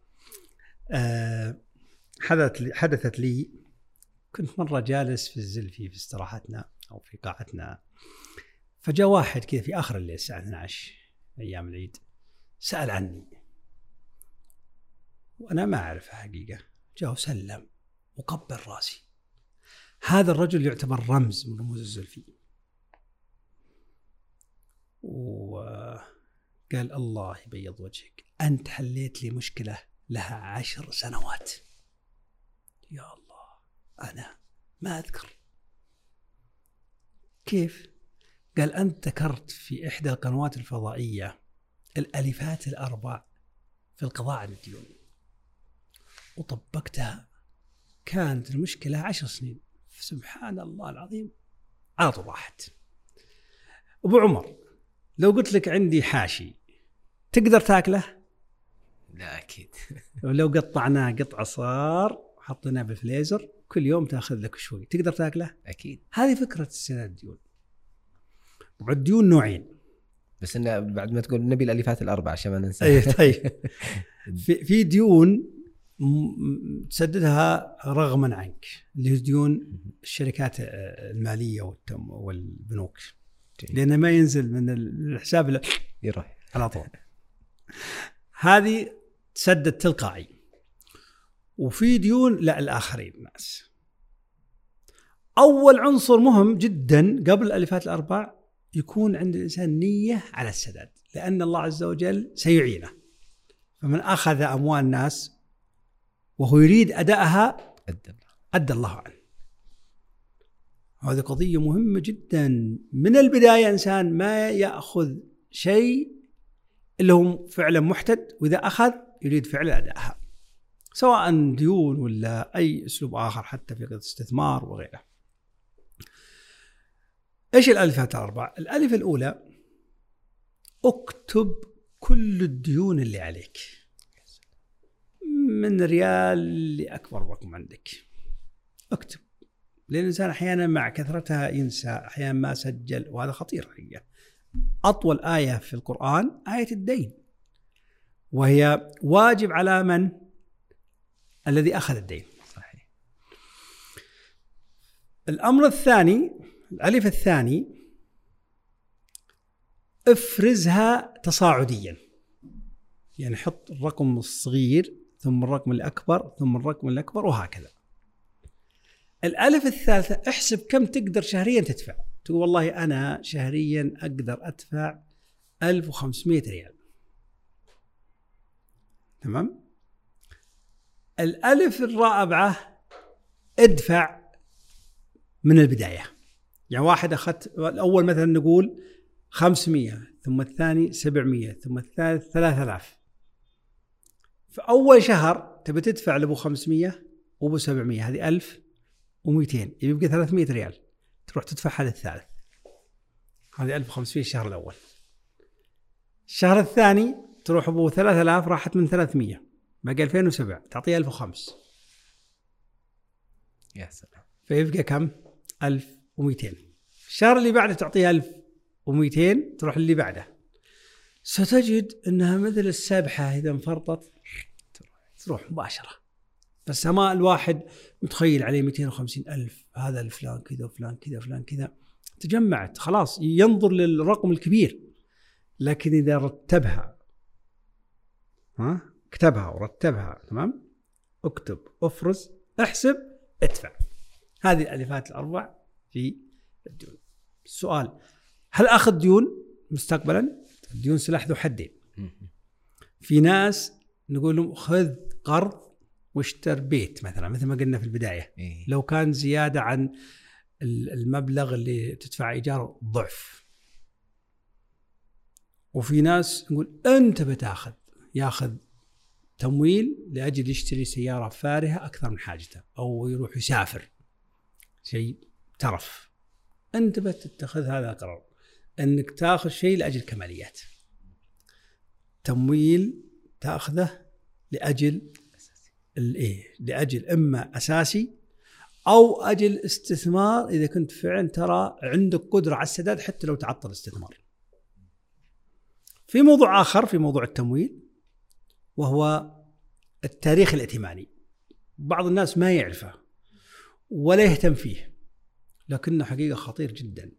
حدثت لي. كنت مرة جالس في الزلفي في استراحتنا أو في قاعتنا، فجاء واحد كذا في آخر الليل الساعة 12 أيام العيد، سأل عني وأنا ما أعرفه حقيقة. جاء وسلم وقبل راسي. هذا الرجل يعتبر رمز من رموز الزلفي، وقال الله يبيض وجهك، أنت حليت لي مشكلة لها 10 سنوات. يا الله، أنا ما أذكر. كيف؟ قال أنت ذكرت في إحدى القنوات الفضائية الألفات الأربع في القضاء على الديون وطبقتها، كانت المشكلة 10 سنين. سبحان الله العظيم، على طول راحت. أبو عمر، لو قلت لك عندي حاشي تقدر تاكله؟ لا أكيد. ولو قطعناه قطع صار حطيناه بالفليزر كل يوم تاخذ لك شوي، تقدر تاكله؟ أكيد. هذه فكرة استرداد الديون. والديون نوعين، بس إنه بعد ما تقول نبي الألفات الأربعة عشان ما ننسى. أي طيب. في ديون تسددها رغما عنك، اللي هي ديون الشركات المالية والبنوك، لأنه ما ينزل من الحساب يروح على طول. هذه تسدد تلقائي. وفي ديون لا، الآخرين الناس. أول عنصر مهم جدا قبل الألفات الأربع يكون عند الإنسان نية على السداد، لأن الله عز وجل سيعينه. فمن أخذ أموال الناس وهو يريد أداءها أدى الله عنه. هذه قضية مهمة جدا من البداية. إنسان ما يأخذ شيء إلا هو فعلا محتد، وإذا أخذ يريد فعلا أداءها، سواء ديون ولا أي أسلوب آخر، حتى في الاستثمار وغيره. إيش الألفات الأربع؟ الألف الأولى، اكتب كل الديون اللي عليك من ريال لأكبر رقم عندك. اكتب، لأن الإنسان أحيانا مع كثرتها ينسى، أحيانا ما سجل، وهذا خطير حقيقة. أطول آية في القرآن آية الدين، وهي واجب على من؟ الذي أخذ الدين. صحيح. الأمر الثاني، الألف الثاني، افرزها تصاعديا، يعني حط الرقم الصغير ثم الرقم الأكبر ثم الرقم الأكبر وهكذا. الألف الثالثة، احسب كم تقدر شهريا تدفع. تقول والله أنا شهريا أقدر أدفع 1500 ريال، تمام. الألف الرابعة، ادفع من البداية. يعني واحد أخذت الأول مثلا نقول 500، ثم الثاني 700، ثم الثالث 3000. فأول شهر تبي تدفع لأبو 500 وأبو 700، هذه 1200، يبقى 300 ريال. تروح تدفع هذا الثالث، هذه 1500 الشهر الأول. الشهر الثاني تروح أبو 3000، راحت من 300، بقى 2007، تعطيه 1005. يا سلام. فيبقى كم؟ 1200. الشهر اللي بعده تعطيه 1200، تروح اللي بعده. ستجد أنها مثل السابحة إذا انفرطت تروح مباشرة. فالسماء الواحد متخيل عليه 250,000، هذا الفلان كذا وفلان كذا وفلان كذا، تجمعت خلاص، ينظر للرقم الكبير. لكن إذا رتبها، اكتبها ورتبها، تمام، اكتب، افرز، احسب، ادفع. هذه الألفات الأربع في الديون. السؤال، هل أخذ ديون مستقبلا؟ الديون سلاح ذو حدين. في ناس نقول لهم خذ قرض واشترى بيت مثلا مثل ما قلنا في البداية، إيه. لو كان زيادة عن المبلغ اللي تدفع إيجار ضعف، وفي ناس نقول أنت ياخذ تمويل لأجل يشتري سيارة فارهة أكثر من حاجته، أو يروح يسافر شيء ترف، أنت بتتخذ هذا القرار أنك تأخذ شيء لأجل كماليات. تمويل تأخذه لأجل لأجل إما أساسي أو أجل استثمار، إذا كنت فعلا ترى عندك قدرة على السداد حتى لو تعطل الاستثمار. في موضوع آخر في موضوع التمويل، وهو التاريخ الائتماني. بعض الناس ما يعرفه ولا يهتم فيه، لكنه حقيقة خطير جدا.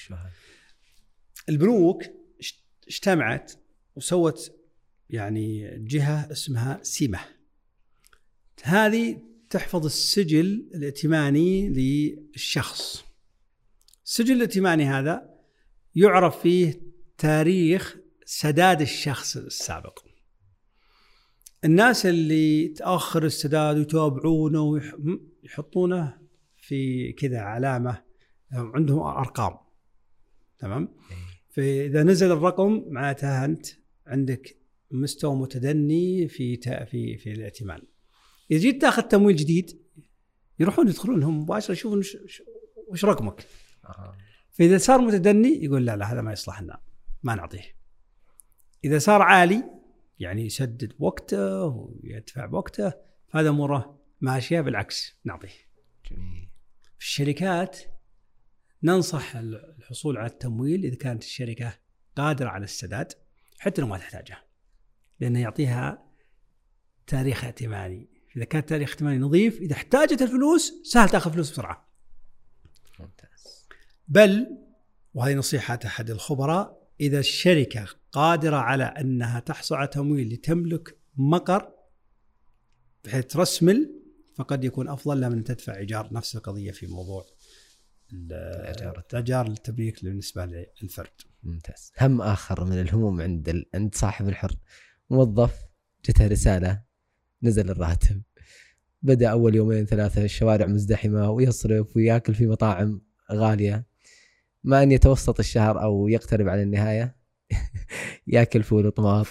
البنوك اجتمعت وسوت يعني جهة اسمها سيمة، هذه تحفظ السجل الائتماني للشخص. السجل الائتماني هذا يعرف فيه تاريخ سداد الشخص السابق. الناس اللي تأخر السداد ويتابعونه ويحطونه في كذا علامة، عندهم أرقام، تمام؟ فإذا نزل الرقم معناتها أنت عندك مستوى متدني في الائتمان. إذا جيت تأخذ تمويل جديد يروحون يدخلون هم مباشرة يشوفون وش رقمك. فإذا صار متدني يقول لا هذا ما يصلح لنا، ما نعطيه. إذا صار عالي يعني يسدد بوقته ويدفع بوقته، هذا أموره ماشية، بالعكس نعطيه. جميل. في الشركات ننصح الحصول على التمويل إذا كانت الشركة قادرة على السداد حتى لو ما تحتاجه، لأنه يعطيها تاريخ ائتماني. إذا كان تاريخ ائتماني نظيف، إذا احتاجت الفلوس سهل تأخذ فلوس بسرعة. ممتاز. بل وهذه نصيحة أحد الخبراء، إذا الشركة قادرة على أنها تحصل على تمويل لتملك مقر بحيث ترسمل، فقد يكون أفضل لها من تدفع إيجار. نفس القضية في موضوع الإيجار للتمليك بالنسبة للفرد. ممتاز. هم آخر من الهموم عند صاحب الحر، موظف جته رسالة نزل الراتب، بدأ أول يومين ثلاثة الشوارع مزدحمة ويصرف ويأكل في مطاعم غالية، ما أن يتوسط الشهر أو يقترب على النهاية يأكل فول وطماط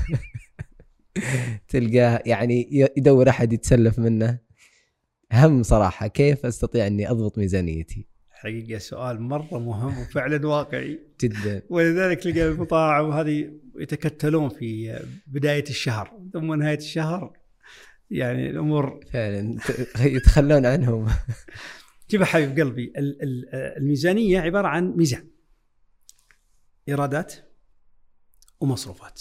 تلقاه يعني يدور أحد يتسلف منه. هم صراحة كيف أستطيع أني أضبط ميزانيتي؟ حقيقة سؤال مرة مهم وفعلا واقعي جدا. ولذلك تلقى المطاعم هذه يتكتلون في بداية الشهر، ثم نهاية الشهر يعني الأمور فعلا يتخلون عنهم. كيف حبيب قلبي، الميزانية عبارة عن ميزان، إيرادات ومصروفات.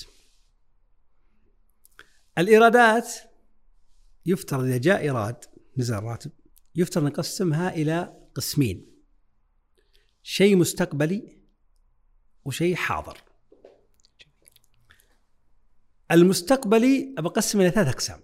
الإيرادات يفترض إذا جاء إيراد نزل الراتب يفترض نقسمها إلى قسمين، شيء مستقبلي وشيء حاضر. المستقبلي بقسم إلى 3 أقسام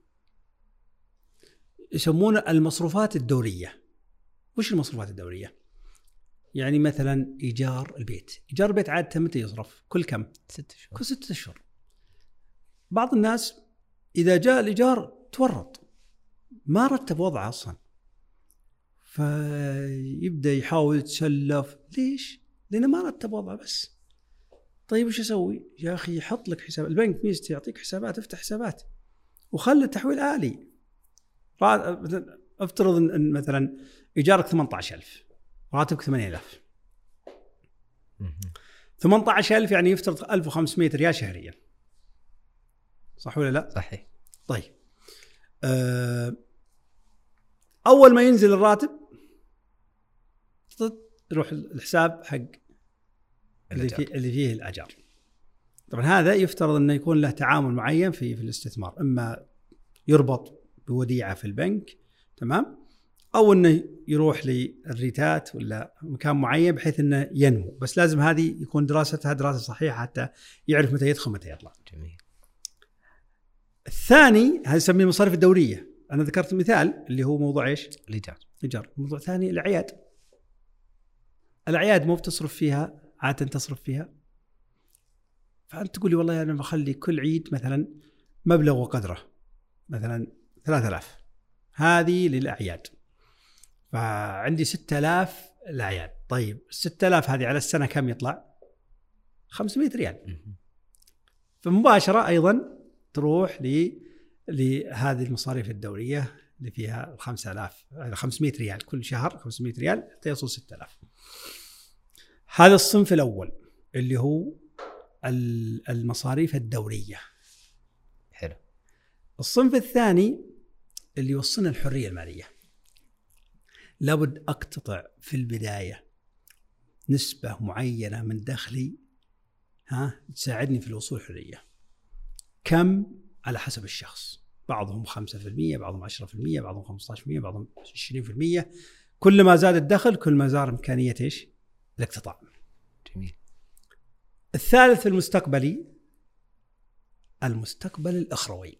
يسمونه المصروفات الدورية. وش المصروفات الدورية؟ يعني مثلا إيجار البيت. إيجار البيت عادة متى يصرف؟ كل كم؟ 6 شهور. كل 6 أشهر. بعض الناس إذا جاء الإيجار تورط، ما رتب وضعه أصلا، فيبدأ يحاول يتسلف. ليش؟ لأنه ما رتب وضعه بس. طيب وش أسوي؟ يا أخي يحط لك حساب البنك، ميزته يعطيك حسابات، افتح حسابات وخلي التحويل آلي. افترض أن مثلا إيجارك 18,000 راتبك 8,000. 18,000 يعني يفترض 1,500 ريال شهريا، صح ولا لا؟ صحيح. طيب أول ما ينزل الراتب يروح الحساب حق اللي فيه الأجار. طبعا هذا يفترض أنه يكون له تعامل معين في الاستثمار، إما يربط بوديعة في البنك، تمام، أو أنه يروح للريتات ولا مكان معين بحيث أنه ينمو. بس لازم هذه يكون دراستها دراسة صحيحة حتى يعرف متى يدخل متى يطلع. جميل. الثاني هذا نسميه المصاريف الدورية. أنا ذكرت مثال اللي هو موضوع إيش؟ الإيجار. موضوع ثاني الأعياد. الأعياد مو بتصرف فيها عادة، تصرف فيها. فأنت تقولي والله أنا بخلي كل عيد مثلا مبلغ وقدره، مثلا 3000 هذه للأعياد، فعندي 6000 الأعياد. طيب 6000 هذه على السنة كم يطلع؟ 500 ريال. فمباشرة أيضا تروح لهذه المصاريف الدورية اللي فيها 5000 500 ريال كل شهر، 500 ريال حتى يصل 6000. هذا الصنف الأول اللي هو المصاريف الدورية. حلو. الصنف الثاني اللي يوصلنا الحرية المالية. لابد أقتطع في البداية نسبة معينة من دخلي تساعدني في الوصول الحرية. كم؟ على حسب الشخص، بعضهم 5%، بعضهم 10%، بعضهم 15%، بعضهم 20%. كل ما زاد الدخل كل ما زاد إمكانية إيش؟ الاقتطاع. جميل. الثالث المستقبل الأخروي.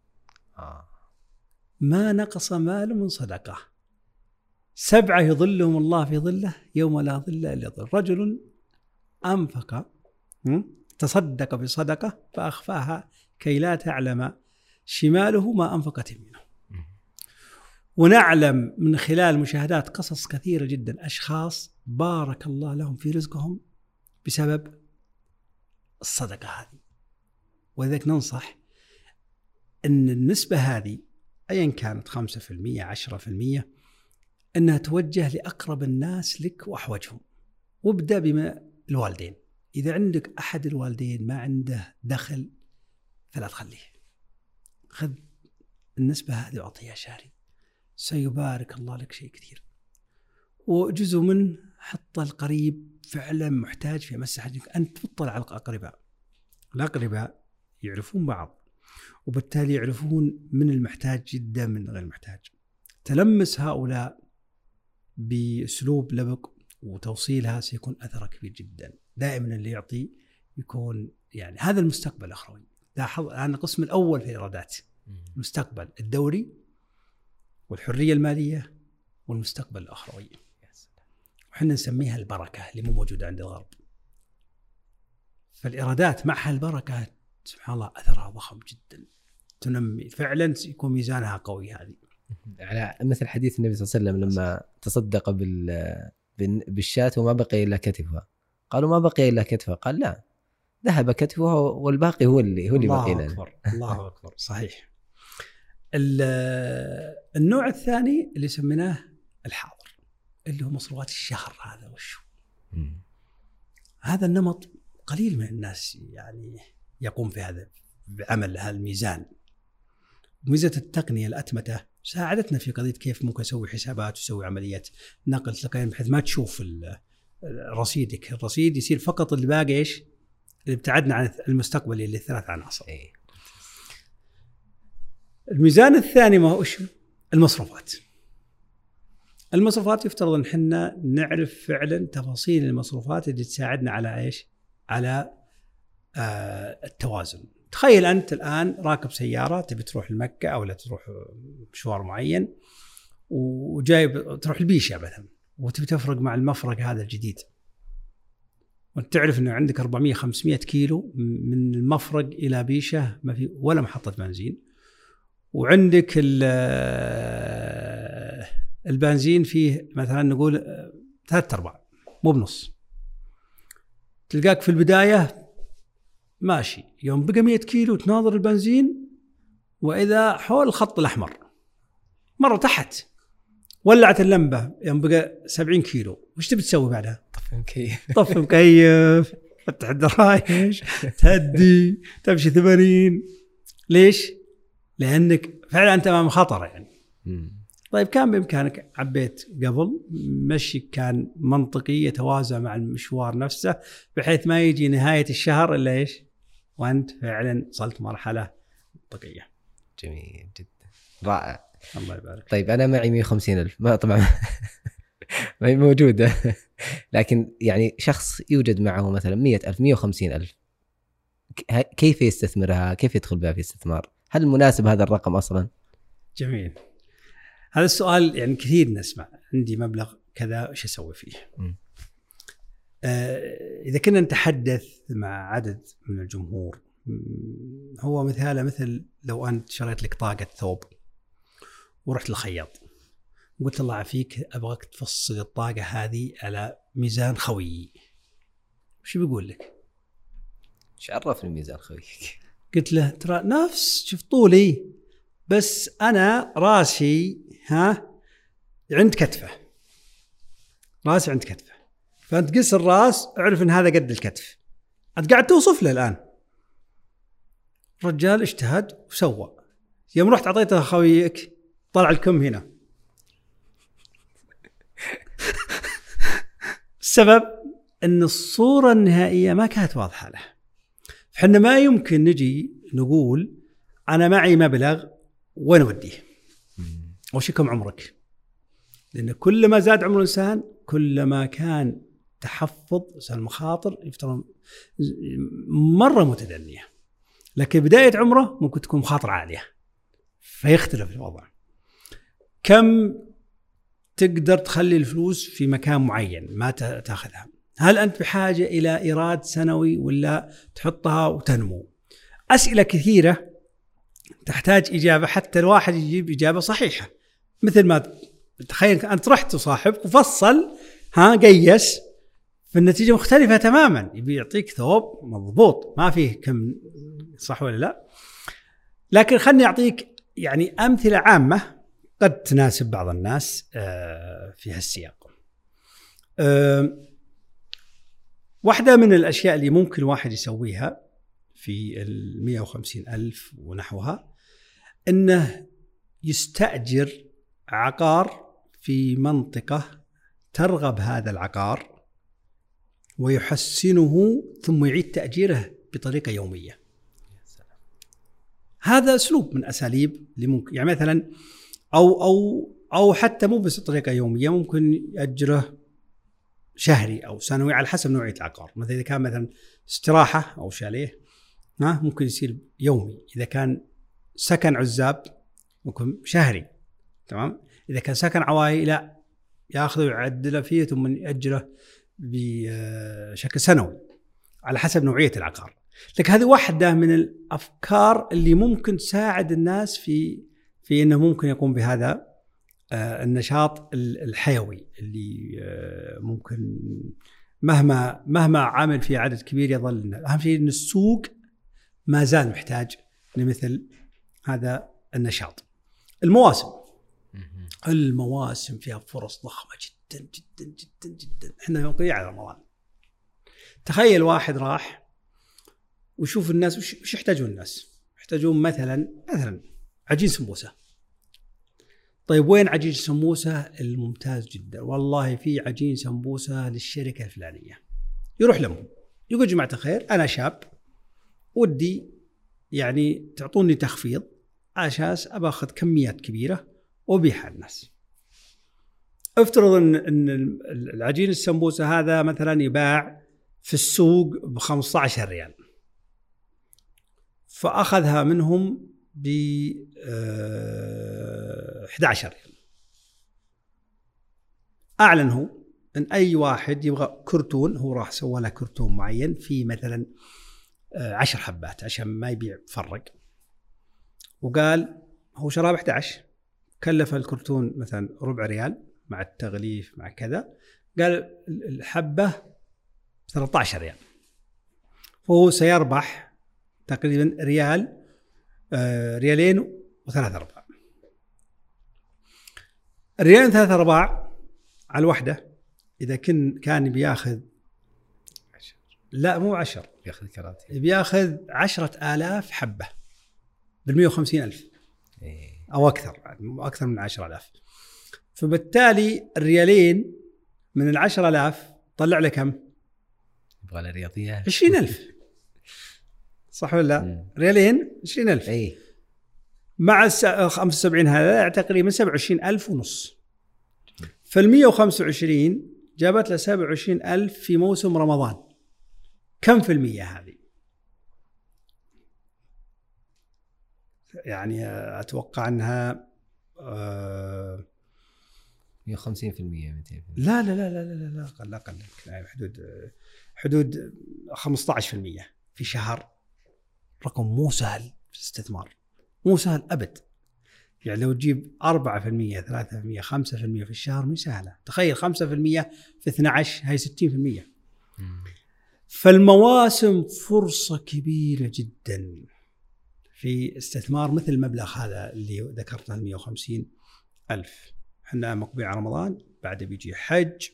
ما نقص مال من صدقة. 7 يظلهم الله في ظله يوم لا ظل إلا ظل. رجل أنفق تصدق بصدقة فأخفاها كي لا تعلم شماله ما أنفقت يمينه. ونعلم من خلال مشاهدات قصص كثيرة جدا أشخاص بارك الله لهم في رزقهم بسبب الصدقة هذه. ولذلك ننصح أن النسبة هذه أيا كانت 5% 10% أنها توجه لأقرب الناس لك وأحوجهم. وابدأ بما الوالدين. إذا عندك أحد الوالدين ما عنده دخل فلا تخليه، خذ النسبة هذه وأعطيها شهري، سيبارك الله لك شيء كثير. وجزء من حط القريب فعلا محتاج في مساحة. أنت تطلع على الأقرباء. الأقرباء يعرفون بعض وبالتالي يعرفون من المحتاج جدا من غير المحتاج. تلمس هؤلاء بأسلوب لبق وتوصيلها سيكون أثره كبير جدا. دائما اللي يعطي يكون يعني هذا المستقبل الأخروي. لاحظ أنا القسم الأول في الإيرادات، المستقبل الدوري والحرية المالية والمستقبل الأخروي. وحنا نسميها البركة اللي مو موجودة عند الغرب. فالإيرادات معها البركة سبحان الله أثرها ضخم جدا، تنمي فعلا، يكون ميزانها قوي. هذه على مثل حديث النبي صلى الله عليه وسلم لما تصدق بالشاة وما بقي إلا كتفها، قالوا ما بقي إلا كتفها، قال لا، ذهب كتفها والباقي هو اللي باقي لنا. أكبر. الله أكبر. صحيح. النوع الثاني اللي سميناه الحاضر اللي هو مصروفات الشهر. هذا وشو هذا النمط قليل من الناس يعني يقوم في هذا بعمل هالميزان. ميزة التقنية الأتمتة ساعدتنا في قضية كيف ممكن أسوي حسابات وسوي عمليات نقل تلقائي بحيث ما تشوف رصيدك. الرصيد يصير فقط اللي باقي إيش اللي ابتعدنا عن المستقبل اللي 3 عناصر. الميزان الثاني ما هو إيش؟ المصروفات. المصروفات يفترض أن حنا نعرف فعلا تفاصيل المصروفات اللي تساعدنا على إيش؟ على التوازن. تخيل أنت الآن راكب سيارة تبي تروح لمكة أو لا تروح مشوار معين وجايب تروح البيشة مثلا وتبي تفرق مع المفرق هذا الجديد، وانت تعرف أنه عندك 400-500 كيلو من المفرق إلى بيشة ما في ولا محطة بنزين، وعندك البنزين فيه مثلا نقول 3/4 مو بنص. تلقاك في البداية ماشي، يوم بقى 100 كيلو تناظر البنزين وإذا حول الخط الأحمر مرة تحت، ولعت اللمبة يوم بقى 70 كيلو. وش تبي تسوي بعدها؟ طفي مكيف، فتح الدرايش، تهدي، تمشي 80. ليش؟ لأنك فعلا أنت أمام خطر يعني. طيب كان بإمكانك عبيت قبل مشي كان منطقي يتوازى مع المشوار نفسه بحيث ما يجي نهاية الشهر إلا إيش وأنت فعلا وصلت مرحلة منطقية. جميل جدا، رائع، الله يبارك. طيب أنا معي 150,000 ما طبعا ما هي موجودة لكن يعني شخص يوجد معه مثلا 100,000 150,000 كيف يستثمرها؟ كيف يدخل بها في الاستثمار؟ هل مناسب هذا الرقم أصلا؟ جميل، هذا السؤال يعني كثير نسمع عندي مبلغ كذا ايش اسوي فيه. اذا كنا نتحدث مع عدد من الجمهور هو مثل لو انت شريت لك طاقة ثوب ورحت للخياط قلت الله يعافيك أبغاك تفصل الطاقة هذه على ميزان خويي، وش بيقول لك؟ ايش عرفني ميزان خويك؟ قلت له ترى نفس شوف طولي، بس أنا راسي عند كتفه، راسي عند كتفه، فأنت قس الراس اعرف إن هذا قد الكتف. أنت قاعد توصف له الآن. الرجال اجتهد وسوى. يوم رحت أعطيته خويك طلع الكم هنا. السبب أن الصورة النهائية ما كانت واضحة له. فحنا ما يمكن نجي نقول أنا معي مبلغ وين أوديه وش كم عمرك، لأن كل ما زاد عمر الإنسان كل ما كان تحفظ المخاطر يفترض مرة متدنية، لكن بداية عمره ممكن تكون مخاطر عالية فيختلف الوضع. كم تقدر تخلي الفلوس في مكان معين ما تأخذها؟ هل أنت بحاجة إلى إيراد سنوي ولا تحطها وتنمو؟ أسئلة كثيرة تحتاج إجابة حتى الواحد يجيب إجابة صحيحة. مثل ما تخيل أنت رحت وصاحبك وفصل قيس، فالنتيجة مختلفة تماما. يبي يعطيك ثوب مضبوط ما فيه كم، صح ولا لا؟ لكن خلني أعطيك يعني أمثلة عامة قد تناسب بعض الناس في هالسياق. واحدة من الأشياء اللي ممكن واحد يسويها في 150,000 ونحوها إنه يستأجر عقار في منطقة ترغب هذا العقار ويحسنه ثم يعيد تأجيره بطريقة يومية. هذا أسلوب من أساليب اللي ممكن يعني مثلا أو حتى مو بس طريقة يومية، ممكن يأجره شهري أو سنوي على حسب نوعية العقار. مثلا إذا كان مثلا استراحة أو شاليه ممكن يصير يومي. إذا كان سكن عزاب ممكن شهري، تمام. إذا كان سكن عوائي لا، يأخذه ويعدله فيه ثم يأجره بشكل سنوي على حسب نوعية العقار. لكن هذه واحدة من الأفكار اللي ممكن تساعد الناس في أنه ممكن يقوم بهذا النشاط الحيوي اللي ممكن مهما عامل فيه عدد كبير يظل. أهم شيء أن السوق ما زال محتاج لمثل هذا النشاط. المواسم فيها فرص ضخمة جدا جدا جدا جدا. احنا نقيم على رمضان. تخيل واحد راح وشوف الناس وش يحتاجون. الناس يحتاجون مثلا عجين سمبوسة. طيب وين عجين سمبوسة الممتاز جدا؟ والله في عجين سمبوسة للشركة الفلانية. يروح لهم يقول جماعة الخير أنا شاب ودي يعني تعطوني تخفيض عشان أبى أخذ كميات كبيرة وبيعها الناس. افترض أن العجين السمبوسة هذا مثلا يباع في السوق ب15 ريال، فأخذها منهم ب 11 ريال. أعلن هو أن أي واحد يبغى كرتون، هو راح سوى له كرتون معين في مثلا 10 حبات عشان ما يبيع فرق، وقال هو شراب 11 كلف الكرتون مثلا 4 ريال مع التغليف مع كذا، قال الحبة 13 ريال، فهو سيربح تقريبا ريال ريالين و3 أرباع. الريالين 3 أرباع على الوحدة إذا كان بياخذ لا مو 10 بياخذ كراتين، بياخذ 10,000 حبة بال150,000 أو أكثر من 10,000. فبالتالي الريالين من 10,000 طلع له كم؟ يبغى له رياضية 20,000 صح ولا لا؟ ريالين 20,000 اي مع 75 هذا تقريبا 27,500 ونص. فال125 جابت له 27,000 في موسم رمضان. كم في المية هذه؟ يعني أتوقع أنها 150%. 200%. لا أقل حدود 15% في شهر. رقم مو سهل في الاستثمار، مو سهل أبد. يعني لو تجيب 4%، 3%، 5% في الشهر مش سهلة. تخيل 5% في 12 هاي 60%. فالمواسم فرصة كبيرة جدا في استثمار مثل المبلغ هذا اللي ذكرته 150,000. احنا مقبل على رمضان، بعد بيجي حج،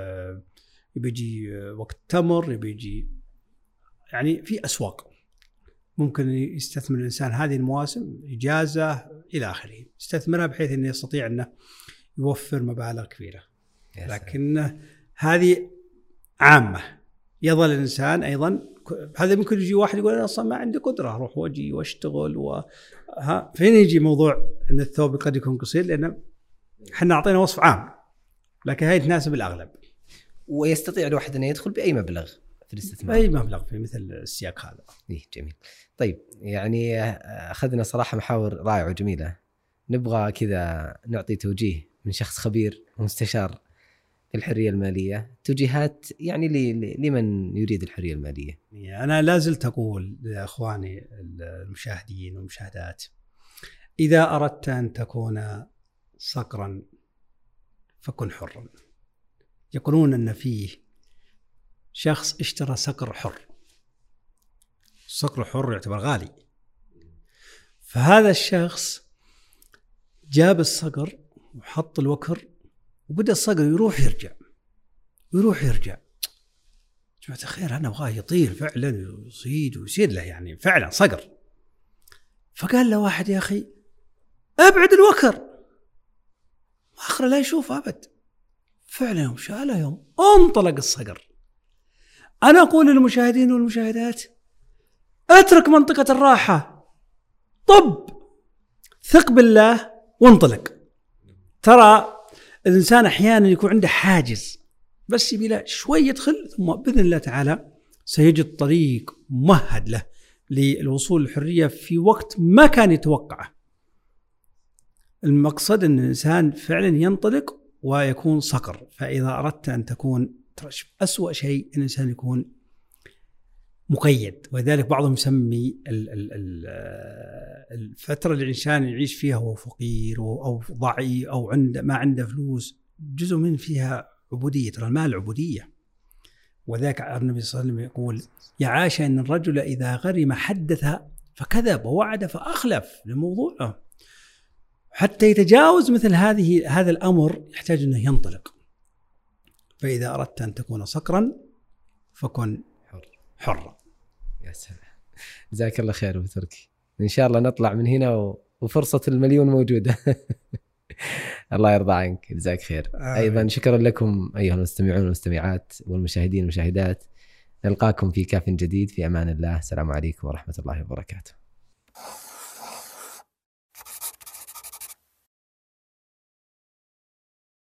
بيجي وقت تمر، بيجي يعني في أسواق ممكن يستثمر الإنسان هذه المواسم، إجازة إلى آخره، يستثمرها بحيث أنه يستطيع أنه يوفر مبالغ كبيرة. لكن هذه عامة. يظل الإنسان أيضا هذا ممكن يجي واحد يقول أنا أصلا ما عندي قدرة أروح وأجي وأشتغل فين يجي موضوع أن الثوب قد يكون قصير، لأن احنا أعطينا وصف عام، لكن هاي تناسب الأغلب. ويستطيع الواحد أن يدخل بأي مبلغ في الاستثمار، أي مبلغ في مثل السياق هذا. جميل. طيب يعني أخذنا صراحة محاور رائعة وجميلة. نبغى كذا نعطي توجيه من شخص خبير ومستشار في الحرية المالية، توجيهات يعني لمن يريد الحرية المالية. أنا لازلت أقول لأخواني المشاهدين والمشاهدات، إذا أردت أن تكون صقرا فكن حرا. يقولون أن فيه شخص اشترى صقر حر. الصقر حر يعتبر غالي، فهذا الشخص جاب الصقر وحط الوكر وبدأ الصقر يروح يرجع. جماعة الخير أنا أبغاه يطير فعلا ويصيد ويصير له يعني فعلا صقر. فقال له واحد يا أخي أبعد الوكر، آخر لا يشوف أبد. فعلا يوم شاله يوم انطلق الصقر. أنا أقول للمشاهدين والمشاهدات اترك منطقة الراحة، طب ثق بالله وانطلق. ترى الإنسان أحيانا يكون عنده حاجز، بس يبي له شوي يدخل، ثم بإذن الله تعالى سيجد طريق ممهد له للوصول للحرية في وقت ما كان يتوقعه. المقصد أن الإنسان فعلا ينطلق ويكون صقر. فإذا أردت أن تكون، أسوأ شيء الإنسان يكون مقيد، ولذلك بعضهم يسمي الفترة اللي الإنسان يعيش فيها وهو فقير أو ضعيف أو ما عنده فلوس، جزء من فيها عبودية. ترى المال عبودية. وذاك النبي صلى الله عليه وسلم يقول يا عائشة إن الرجل إذا غرم حدث فكذب ووعد فأخلف لموضوعه. حتى يتجاوز مثل هذا الأمر يحتاج أنه ينطلق. فإذا أردت أن تكون صقرا فكن حرا. يا سلام، جزاك الله خير أبو تركي. إن شاء الله نطلع من هنا وفرصة المليون موجودة. الله يرضى عنك، جزاك خير. أيضا شكرا لكم أيها المستمعون والمستمعات والمشاهدين والمشاهدات. نلقاكم في كاف جديد، في أمان الله. السلام عليكم ورحمة الله وبركاته.